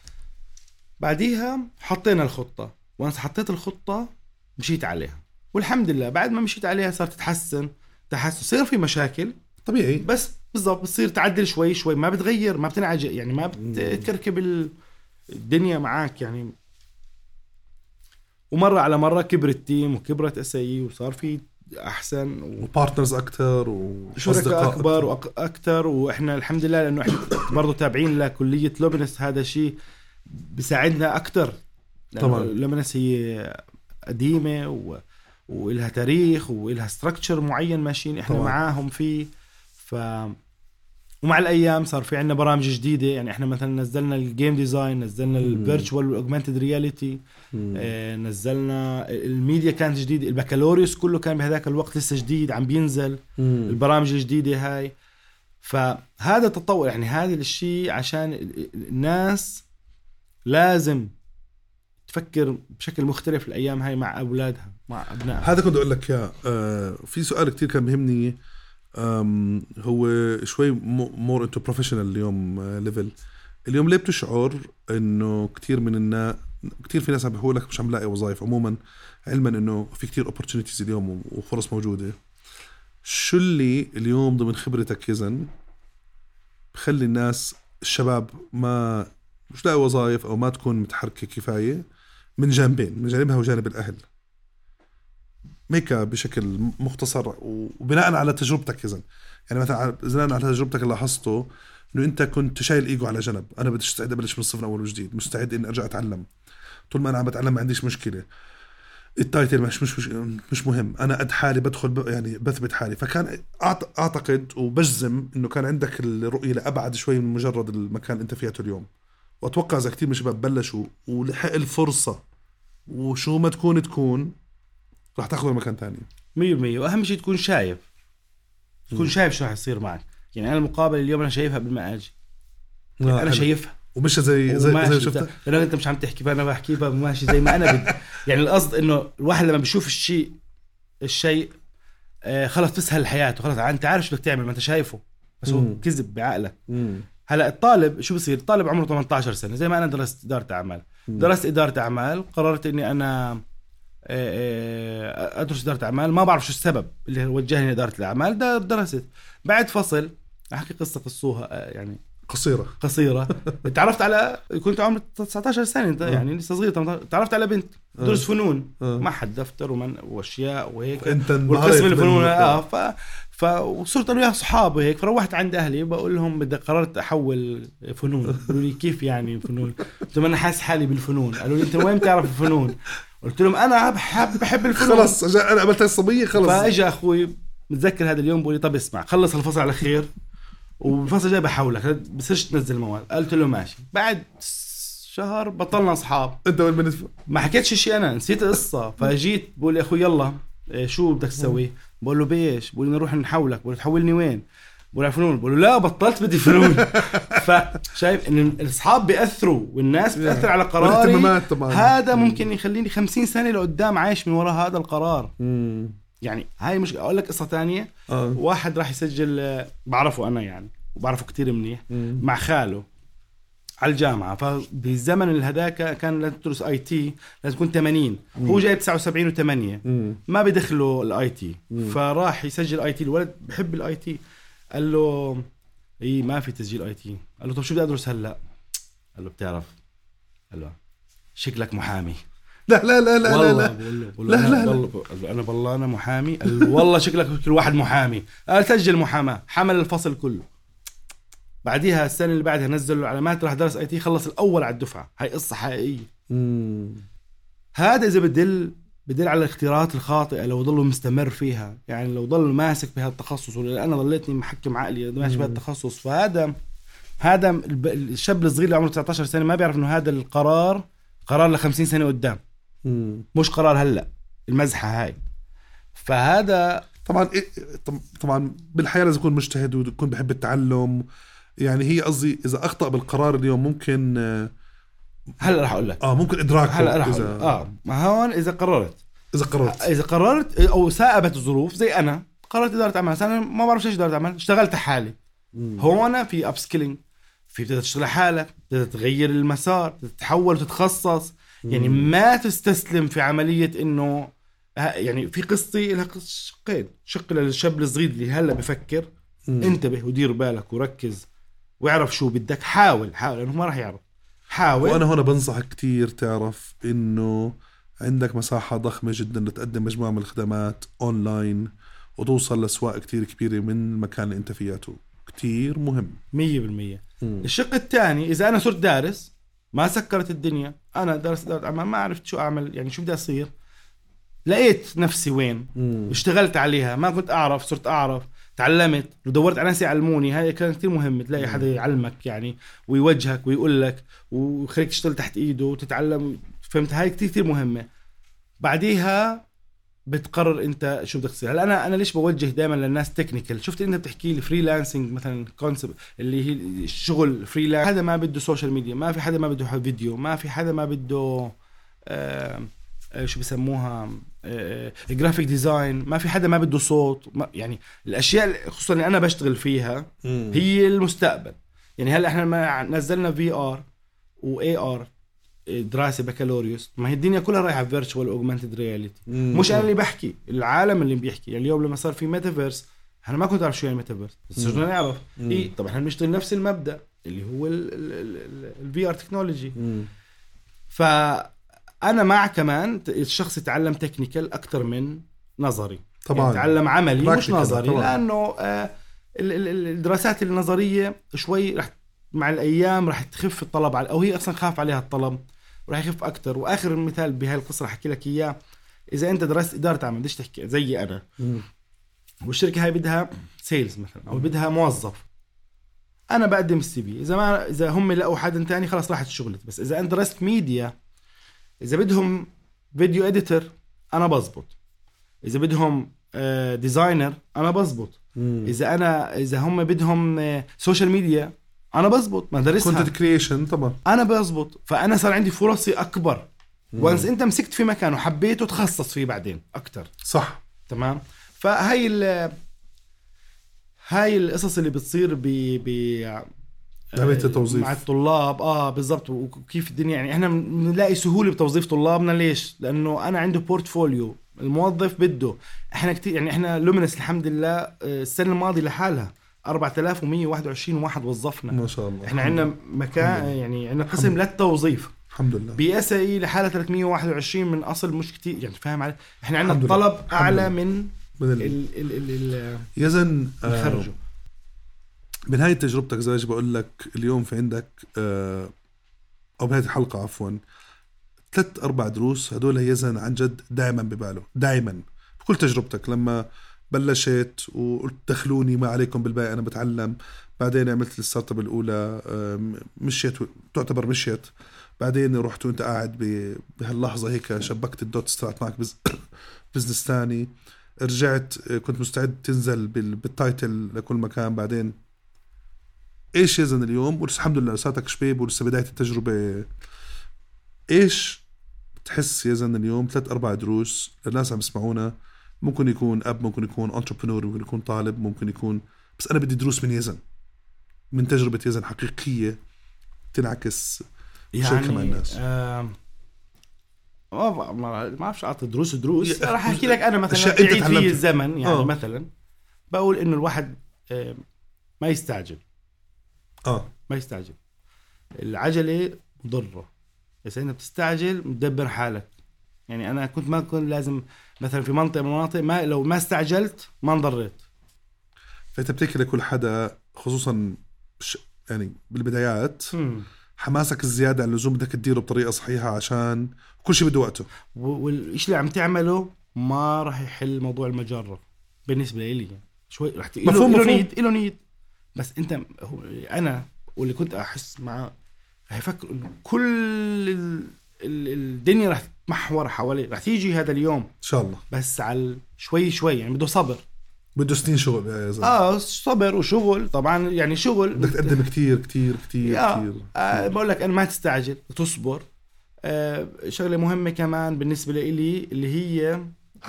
بعديها حطينا الخطة، وأنت حطيت الخطة مشيت عليها، والحمد لله بعد ما مشيت عليها صارت تتحسن تحسن. صير في مشاكل طبيعي، بس بالضبط بتصير تعدل شوي شوي، ما بتغير ما بتنعج، يعني ما بتكركب الدنيا معاك يعني. ومرة على مرة كبر التيم وكبرت اساي وصار في احسن و... وبارتنرز اكتر وشركاء اكبر واكتر. واحنا الحمد لله لانه احنا برضو تابعين لكلية لومينس، هذا شيء بيساعدنا اكتر. طبعا لومينس هي قديمة و... وإلها تاريخ وإلها ستراكتشر معين ماشيين احنا طبعا معاهم فيه. ف ومع الأيام صار في عنا برامج جديدة، يعني احنا مثلا نزلنا الجيم ديزاين، نزلنا الفيرتشوال والاوجمانتد رياليتي، اه نزلنا الميديا كانت جديدة، البكالوريوس كله كان بهذاك الوقت لسه جديد عم بينزل. مم. البرامج الجديدة هاي، فهذا تطور يعني هذا الشيء عشان الناس لازم تفكر بشكل مختلف الأيام هاي مع أولادها مع أبنائها. هذا كنت أقول لك يا آه في سؤال كتير كان بيهمني، هو شوي مور انتو بروفيشنال اليوم ليفل. اليوم ليه بتشعر انه كتير من الناس كتير في ناس عم بيقولوا لك مش عم لاقي وظائف عموما، علما انه في كتير opportunities اليوم وفرص موجودة؟ شو اللي اليوم ضمن خبرتك يزن بخلي الناس الشباب ما مش لاقي وظائف او ما تكون متحركة كفاية من جانبين، من جانبها وجانب الاهل؟ ميكا بشكل مختصر وبناء على تجربتك يزن، يعني مثلا بناء على تجربتك اللي لاحظته انه انت كنت شايل ايجو على جنب، انا بدي استعد ابلش من الصفر اول وجديد، مستعد اني ارجع اتعلم، طول ما انا عم بتعلم ما عنديش مشكله، التايتل مش مش مش, مش مهم، انا قد حالي بدخل ب... يعني بثبت حالي. فكان أعت... اعتقد وبجزم انه كان عندك الرؤيه لابعد شوي من مجرد المكان انت فيه اليوم. واتوقع اذا كثير من الشباب بلشوا ولحق الفرصه وشو ما تكون تكون راح تاخذ مكان تاني مية بالمية. واهم شيء تكون شايف تكون م. شايف شو راح يصير معك. يعني انا المقابله اليوم انا شايفها قبل ما اجي، يعني انا حلو. شايفها ومش زي زي, زي شفت لأنه أنت مش عم تحكي فأنا بحكي ماشي زي ما أنا بدي. يعني القصد إنه الواحد لما بيشوف الشيء الشيء آه خلص تسهل حياته، خلص أنت عارف شو بدك تعمل، ما أنت شايفه بس هو كذب بعقلك. مم. هلا الطالب شو بصير؟ الطالب عمره ثمانية عشر سنة زي ما أنا درست إدارة أعمال. مم. درست إدارة أعمال، قررت إني أنا أدرس إدارة أعمال، ما بعرف شو السبب اللي وجهني إدارة الأعمال. ده درست بعد فصل أحكي قصة قصوها يعني قصيرة قصيرة تعرفت على كنت عمري تسعة عشر سنة انت يعني لسه صغير، تعرفت على بنت درس فنون ما حد دفتر ومن واشياء وهيك والقسم الفنون اه ف فصرت انا وياها صحاب وهيك. فروحت عند اهلي بقول لهم بدي قررت احول فنون. قالوا لي كيف يعني فنون؟ قلت لهم انا حاسس حالي بالفنون. قالوا لي انت وين بتعرف الفنون؟ قلت لهم انا بحب بحب الفنون. خلص انا قبلت الصبيه خلص. فاجا اخوي متذكر هذا اليوم بقول لي طب اسمع خلص الفصل على خير وبفصل جاي بحاولك بصيرش تنزل مواد. قلت له ماشي. بعد شهر بطلنا اصحاب. انت وين بنت ما حكيتش شيء انا نسيت القصه. فجيت بقول لي اخوي يلا شو بدك تسوي؟ بقول له بيش. بقول لي نروح نحولك. بقول له تحولني وين؟ بقول له فنون. بقول له لا بطلت بدي فنون. فشايف ان الاصحاب بياثروا والناس بتاثر على قراري. هذا ممكن يخليني خمسين سنه لقدام عايش من وراء هذا القرار. مم. يعني هاي مش اقول لك قصه تانية. أه. واحد راح يسجل بعرفه انا يعني وبعرفه كتير منيح مم. مع خاله على الجامعه. فبالزمن الهداك كان لازم تدرس اي تي لازم تكون ثمانين. مم. هو جايب تسعة وسبعين وثمانية ما بدخله الاي تي. فراح يسجل اي تي. الولد بحب الاي تي. قال له اي ما في تسجيل اي تي. قال له طب شو بدي ادرس هلا؟ قال له بتعرف قال له شكلك محامي. لا لا لا لا والله لا بقول له بقول له لا لا والله لا. انا والله انا محامي. قال له والله شكلك كل واحد محامي. قال سجل محاماه. حمل الفصل كله. بعديها السنه اللي بعدها نزل له علامات راح درس اي تي خلص الاول على الدفعه. هاي قصه حقيقيه. مم. هذا اذا بدل بدل على الاختيارات الخاطئه لو ضل مستمر فيها. يعني لو ضل ماسك بهذا التخصص ولا انا ضليتني محكم عقلي ماشي بهذا التخصص. فهذا هذا الشاب الصغير اللي عمره تسعة عشر سنه ما بيعرف انه هذا القرار قرار لخمسين سنة قدام. مم. مش قرار هلأ المزحة هاي. فهذا طبعا طبعا بالحياة لازم يكون مجتهد ويكون بحب التعلم. يعني هي قصدي إذا أخطأ بالقرار اليوم ممكن هلأ راح أقول لك آه ممكن إدراك هلأ راح إذا... آه ما هون إذا قررت إذا قررت إذا قررت أو سائبت الظروف زي أنا قررت إدارة أعمال. أنا ما بعرف إيش إدارة أعمال اشتغلت حالي. مم. هون في أبسكيلينج في بتقدر تشتغل حالك بتقدر تغير المسار تتحول وتتخصص. يعني ما تستسلم في عملية إنه يعني في قصتي لها شقين. شق للشاب الصغير اللي هلا بفكر مم. انتبه ودير بالك وركز ويعرف شو بدك. حاول حاول لأنه ما راح يعرف. حاول. وأنا هنا بنصحك كتير تعرف إنه عندك مساحة ضخمة جدا لتقدم مجموعة من الخدمات أونلاين وتوصل لأسواق كتير كبيرة من المكان اللي أنت فياته. كتير مهم مية بالمية. الشق الثاني إذا أنا صرت دارس ما سكرت الدنيا. أنا درس إدارة أعمال ما عرفت شو أعمل يعني شو بدي أصير. لقيت نفسي وين مم. اشتغلت عليها. ما كنت أعرف صرت أعرف. تعلمت ودورت على ناس يعلموني. هاي كان كتير مهم تلاقي حدا يعلمك يعني ويوجهك ويقول لك وخليك تشتغل تحت إيده وتتعلم. فهمت؟ هاي كتير كتير مهمة. بعديها بتقرر انت شو بدك تصير. هلا انا انا ليش بوجه دائما للناس تكنيكال. شفت انت بتحكي لي فريلانسنج مثلا كونسبت اللي هي الشغل فريلانس. هذا ما بده سوشيال ميديا. ما في حدا ما بده فيديو. ما في حدا ما بده آه شو بسموها آه جرافيك ديزاين. ما في حدا ما بده صوت. ما يعني الاشياء خصوصا اللي انا بشتغل فيها هي المستقبل. يعني هلا احنا ما نزلنا في ار واي ار دراسة بكالوريوس. ما هي الدنيا كلها رايحة فيرتشوال اوغمانتد رياليتي. مش انا اللي بحكي العالم اللي بيحكي. يعني اليوم لما صار في ميتافيرس انا ما كنت اعرف شو يعني ميتافيرس بس صرنا نعرف. ايه طبعا احنا بنشتغل نفس المبدأ اللي هو الفي ار تكنولوجي. فانا مع كمان الشخص يتعلم تكنيكال اكتر من نظري. طبعا يعني يتعلم عملي مش نظري. طبعاً. لانه آه الدراسات النظرية شوي رح مع الايام رح تخف الطلب على او هي اصلا خاف عليها الطلب وراح يخف اكتر. واخر مثال بهاي القصه رح احكي لك اياه. اذا انت درست اداره اعمال بديش تحكي زي انا مم. والشركه هاي بدها سيلز مثلا او بدها موظف. انا بقدم السي في. اذا ما اذا هم لقوا حدا تاني خلاص راحت شغلت. بس اذا انت درست ميديا اذا بدهم فيديو اديتور انا بزبط. اذا بدهم ديزاينر انا بزبط. مم. اذا انا اذا هم بدهم سوشيال ميديا انا بزبط ما درسها كونتنت كرييشن طبعا انا بزبط، فانا صار عندي فرصي اكبر وانس انت مسكت في مكان وحبيته تخصص فيه بعدين اكتر. صح تمام. فهاي ال هاي القصص اللي بتصير ب ب عملية التوظيف مع الطلاب اه بالضبط، وكيف الدنيا يعني احنا بنلاقي سهوله بتوظيف طلابنا. ليش؟ لانه انا عنده بورتفوليو الموظف بده. احنا كتير يعني احنا لومينس الحمد لله السنه الماضيه لحالها أربعة آلاف ومية وواحد وعشرين واحد وظفنا ما شاء الله. احنا عندنا مكان يعني عندنا قسم للتوظيف الحمد لله. بي اس اي لحالها ثلاثمية وواحد وعشرين من اصل مش كتير يعني فاهم علي. احنا عندنا الطلب اعلى من من ال ال ال ال يزن خرجوا. بنهاية تجربتك زي ما بقول لك اليوم في عندك آه او بهذه الحلقة عفوا ثلاث اربع دروس هدول يزن عن جد دائما بباله دائما بكل تجربتك. لما بلشت وقلت دخلوني ما عليكم بالباقي انا بتعلم، بعدين عملت الستارت اب الاولى مشيت تعتبر مشيت، بعدين رحت وانت قاعد بهاللحظة هيك شبكت الدوت طلعت معك بز... بزنس ثاني، رجعت كنت مستعد تنزل بال... بالتايتل لكل مكان. بعدين ايش يزن اليوم ولسه الحمد لله لساتك شبيب ولسه بداية التجربة، ايش بتحس يزن اليوم ثلاث اربع دروس الناس عم يسمعونا، ممكن يكون اب ممكن يكون انتربرنور ممكن يكون طالب ممكن يكون، بس انا بدي دروس من يزن من تجربة يزن حقيقية تنعكس يعني مع الناس. آه ما ما اعرفش اعطي دروس دروس راح احكي لك انا مثلا بعيد في الزمن يعني أوه. مثلا بقول انه الواحد آه ما يستعجل اه ما يستعجل. العجله مضره، بس انت بتستعجل مدبر حالك. يعني انا كنت ما كنت لازم مثلا في منطقه من المناطق ما لو ما استعجلت ما انضريت. فانت بتحكي لكل حدا خصوصا يعني بالبدايات م. حماسك الزيادة عن اللزوم بدك تديره بطريقة صحيحة عشان كل شيء بده وقته، والإشي اللي عم تعمله ما راح يحل موضوع المجرة بالنسبة لي. شوي راح تقول له نيد إله نيد، بس أنت هو أنا واللي كنت أحس معه راح يفكر إنه كل ال... ال... الدنيا راح تتمحور حوالي، راح تيجي هذا اليوم إن شاء الله، بس على شوي شوي يعني بده صبر، بده سنين شغل يا زلمة. اه صبر وشغل طبعا يعني شغل بدك تقدم كتير كتير كتير آه كتير آه بقول لك أنا ما تستعجل تصبر. آه شغلة مهمة كمان بالنسبة لي اللي هي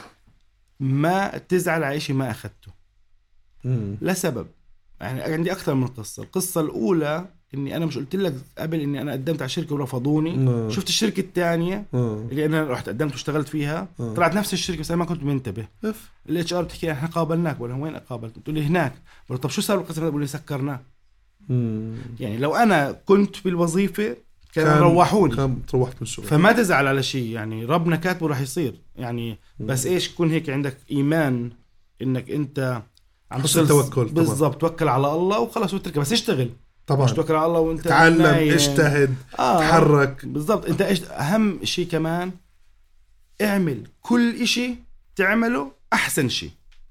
ما تزعل على شيء ما أخذته مم. لسبب. يعني عندي أكثر من قصة. القصة الأولى إني أنا مش قلت لك قبل إني أنا قدمت على شركة ورفضوني. مم. شفت الشركة الثانية اللي أنا رحت قدمت واشتغلت فيها مم. طلعت نفس الشركة بس أنا ما كنت منتبه. الاتش ار بتحكي إحنا قابلناك ولا وين قابلت؟ قلت لي هناك. بقول طب شو صار بالقسم؟ بقول لي سكرناه. يعني لو أنا كنت بالوظيفة كان روحوني كان روحت من الشغل. فما تزعل على شيء يعني ربنا كاتبه راح يصير يعني مم. بس إيش كون هيك عندك إيمان إنك أنت عم توكل بالضبط توكل على الله وخلاص وتركه بس اشتغل طبعا مش توكل على الله وانت تعلم اجتهد آه. تحرك بالضبط. انت ايش اهم شيء كمان اعمل كل اشي تعمله احسن شيء.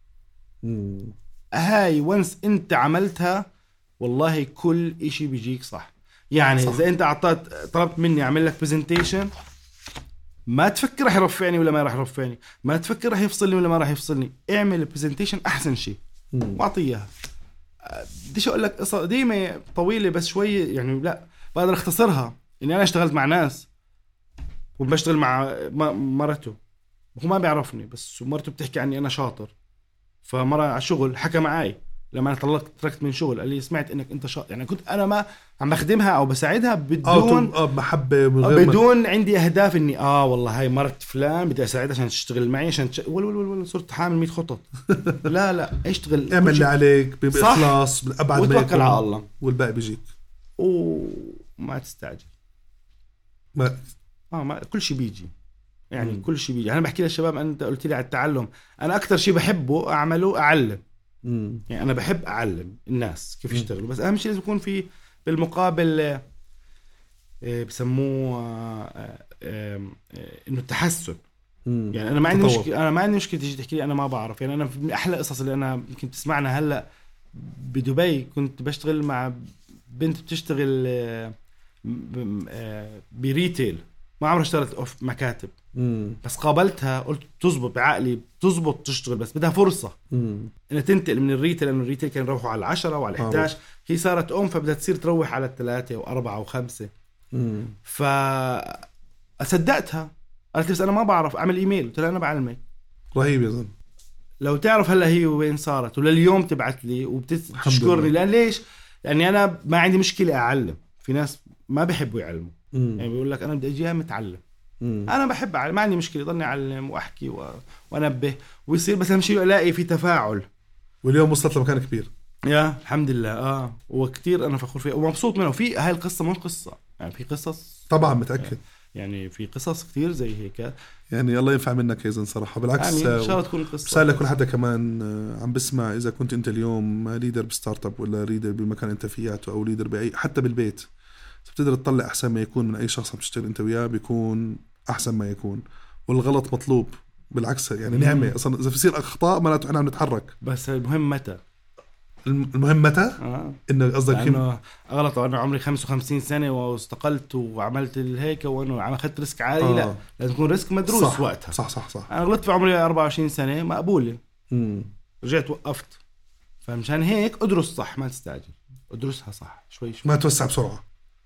هاي وانس انت عملتها والله كل اشي بيجيك صح. يعني صح. اذا انت اعطيت طلبت مني اعمل لك برزنتيشن ما تفكر راح يرفعني ولا ما راح يرفعني، ما تفكر راح يفصلني ولا ما راح يفصلني، اعمل البرزنتيشن احسن شيء واعطيها. بديش اقول لك قصه ديما طويله بس شوي يعني لا بقدر اختصرها. اني انا اشتغلت مع ناس وبشتغل مع مرته وهو ما بيعرفني بس مرته بتحكي عني انا شاطر، فمره على شغل حكى معي لما انا طلقت تركت من شغل قال لي سمعت انك انت شاطر. يعني كنت انا ما عم بخدمها او بساعدها بدون اه محبه من غير بدون ما... عندي اهداف اني اه والله هاي مرت فلان بدي اساعدها عشان تشتغل معي عشان تش... ول ول ول صرت حامل مية خطط. لا لا اشتغل اعمل اللي عليك باخلاص بالابعد ما وتوكل على الله والباقي بيجيك وما تستعجل. ما اه ما كل شيء بيجي يعني م. كل شيء بيجي. انا بحكي للشباب انت قلت لي على التعلم، انا اكثر شيء بحبه اعمله اعلم. مم. يعني أنا بحب أعلم الناس كيف يشتغلوا، بس أهم شيء لازم يكون في بالمقابل بسموه إنه التحسن. مم. يعني أنا ما عندي مشكلة أنا ما عندي مشكلة تيجي تحكي لي أنا ما بعرف. يعني أنا من أحلى قصص اللي أنا يمكن تسمعنا هلأ بدبي كنت بشتغل مع بنت بتشتغل بريتيل ما عمري اشتغلت اوف مكاتب. مم. بس قابلتها قلت تزبط بعقلي، تزبط تشتغل، بس بدها فرصة مم. انها تنتقل من الريتيل، لانه الريتيل كان يروحوا على العشرة وعلى الحداش، عشر. هي صارت ام فبدها تصير تروح على الثلاثة واربعة وخمسة. مم. فأصدقتها، قالت لي بس انا ما بعرف اعمل ايميل. قلت لها انا بعلمك. رهيب يا زلمه. لو تعرف هلا هي وين صارت، ولليوم تبعت لي وبتشكرني. لان ليش؟ لاني انا ما عندي مشكلة اعلم. في ناس ما بيحبوا يعلموا، مم. يعني بيقول لك انا بدي اجي متعلم. مم. انا بحب أعلم، ما عندي مشكله ضلني اعلم واحكي و... وانبه ويصير، بس اهم شيء الاقي في تفاعل. واليوم وصلت لمكان كبير يا الحمد لله. اه وكتير انا فخور فيها ومبسوط منه. في هاي القصه مو قصه، يعني في قصص طبعا متاكد، يعني في قصص كتير زي هيك. يعني الله ينفع منك يا زين صراحه. بالعكس يعني ان شاء الله تكون قصه. رساله لكل حدا كمان عم بسمع، اذا كنت انت اليوم ليدر بستارت اب ولا ليدر بمكان انت فياته او ليدر باي حتى بالبيت، بتقدر تطلع احسن ما يكون من اي شخص عم تشتغل انت وياه، بيكون احسن ما يكون. والغلط مطلوب، بالعكس يعني نعمه اصلا. اذا بيصير اخطاء معناته احنا عم نتحرك، بس المهم متى. المهم متى آه. انه قصدك انه اغلط وانا عمري خمسة وخمسين سنه واستقلت وعملت الهيك وانا اخذت ريسك عالي. آه. لا لازم يكون ريسك مدروس. صح. وقتها صح صح صح. انا غلطت في عمري أربعة وعشرين سنه مقبوله. امم رجعت وقفت. فمشان هيك ادرس صح، ما تستعجل، ادرسها صح شوي شوي، ما توسع بسرعه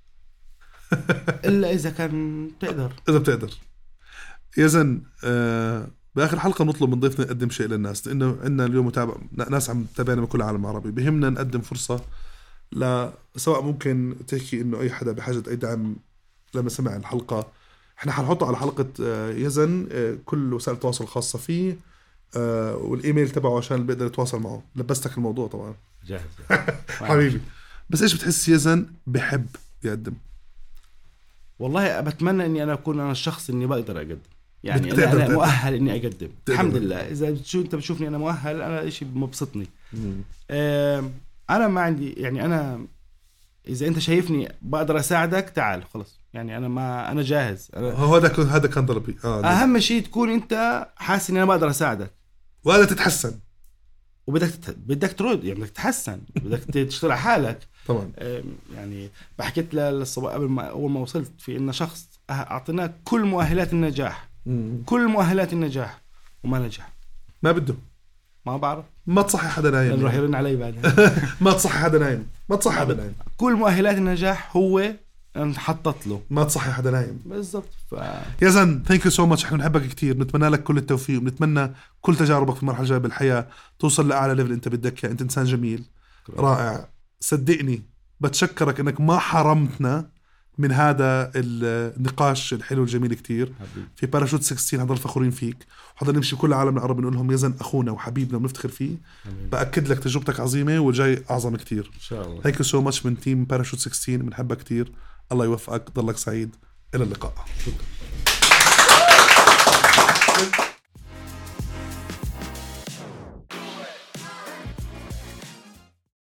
الا اذا كان بتقدر. اذا بتقدر يا زن. آه باخر حلقه نطلب من ضيفنا يقدم شيء للناس، لانه عندنا اليوم متابع ناس عم تتابعنا من كل العالم العربي. بهمنا نقدم فرصه ل سواء ممكن تحكي انه اي حدا بحاجه اي دعم. لما سمع الحلقه احنا حنحطه على حلقه آه يزن، آه كل وسائل التواصل الخاصه فيه، آه والايميل تبعه عشان بيقدر يتواصل معه. لبستك الموضوع طبعا. جاهز حبيبي. بس ايش بتحس يزن بحب يقدم؟ والله بتمنى اني انا اكون انا الشخص اني بقدر اقدم، يعني انا, أنا مؤهل اني اقدم. الحمد لله. اذا شو انت بتشوفني انا مؤهل، انا اشي مبسطني. آه انا ما عندي يعني، انا اذا انت شايفني بقدر اساعدك تعال خلص، يعني انا ما انا جاهز. أنا هذا هذا كان طلبي. آه اهم شيء تكون انت حاسس اني انا بقدر اساعدك وهذا تتحسن، وبدك تت... بدك ترد، يعني بدك تتحسن، بدك تشتغل على حالك. طبعا. يعني بحكيت للصباح قبل ما اول ما وصلت في إن شخص اعطيناه كل مؤهلات النجاح، مم. كل مؤهلات النجاح وما نجح. ما بده، ما بعرف. ما تصحي حدا نايم، راح يرن علي بعدها. ما تصحي حدا نايم، ما تصحي حدا نايم. كل مؤهلات النجاح هو انحطت له، ما تصحي حدا نايم بالضبط. ف... يا زن ثانك يو سو ماتش. احنا بنحبك كتير، بنتمنى لك كل التوفيق، وبنتمنى كل تجاربك في المرحله الجايه بالحياه توصل لاعلى ليفل انت بدك. انت انسان جميل رائع، صدقني. بتشكرك انك ما حرمتنا من هذا النقاش الحلو الجميل كتير حبيب. في باراشوت ستة عشر هضل فخورين فيك، وحضر نمشي كل العالم العربي نقول لهم يزن اخونا وحبيبنا ونفتخر فيه. حبيب. باكد لك تجربتك عظيمه والجاي اعظم كتير ان شاء الله. ثانك يو سو ماتش من تيم باراشوت ستة عشر، بنحبك كتير. الله يوفقك، ضلك سعيد، الى اللقاء.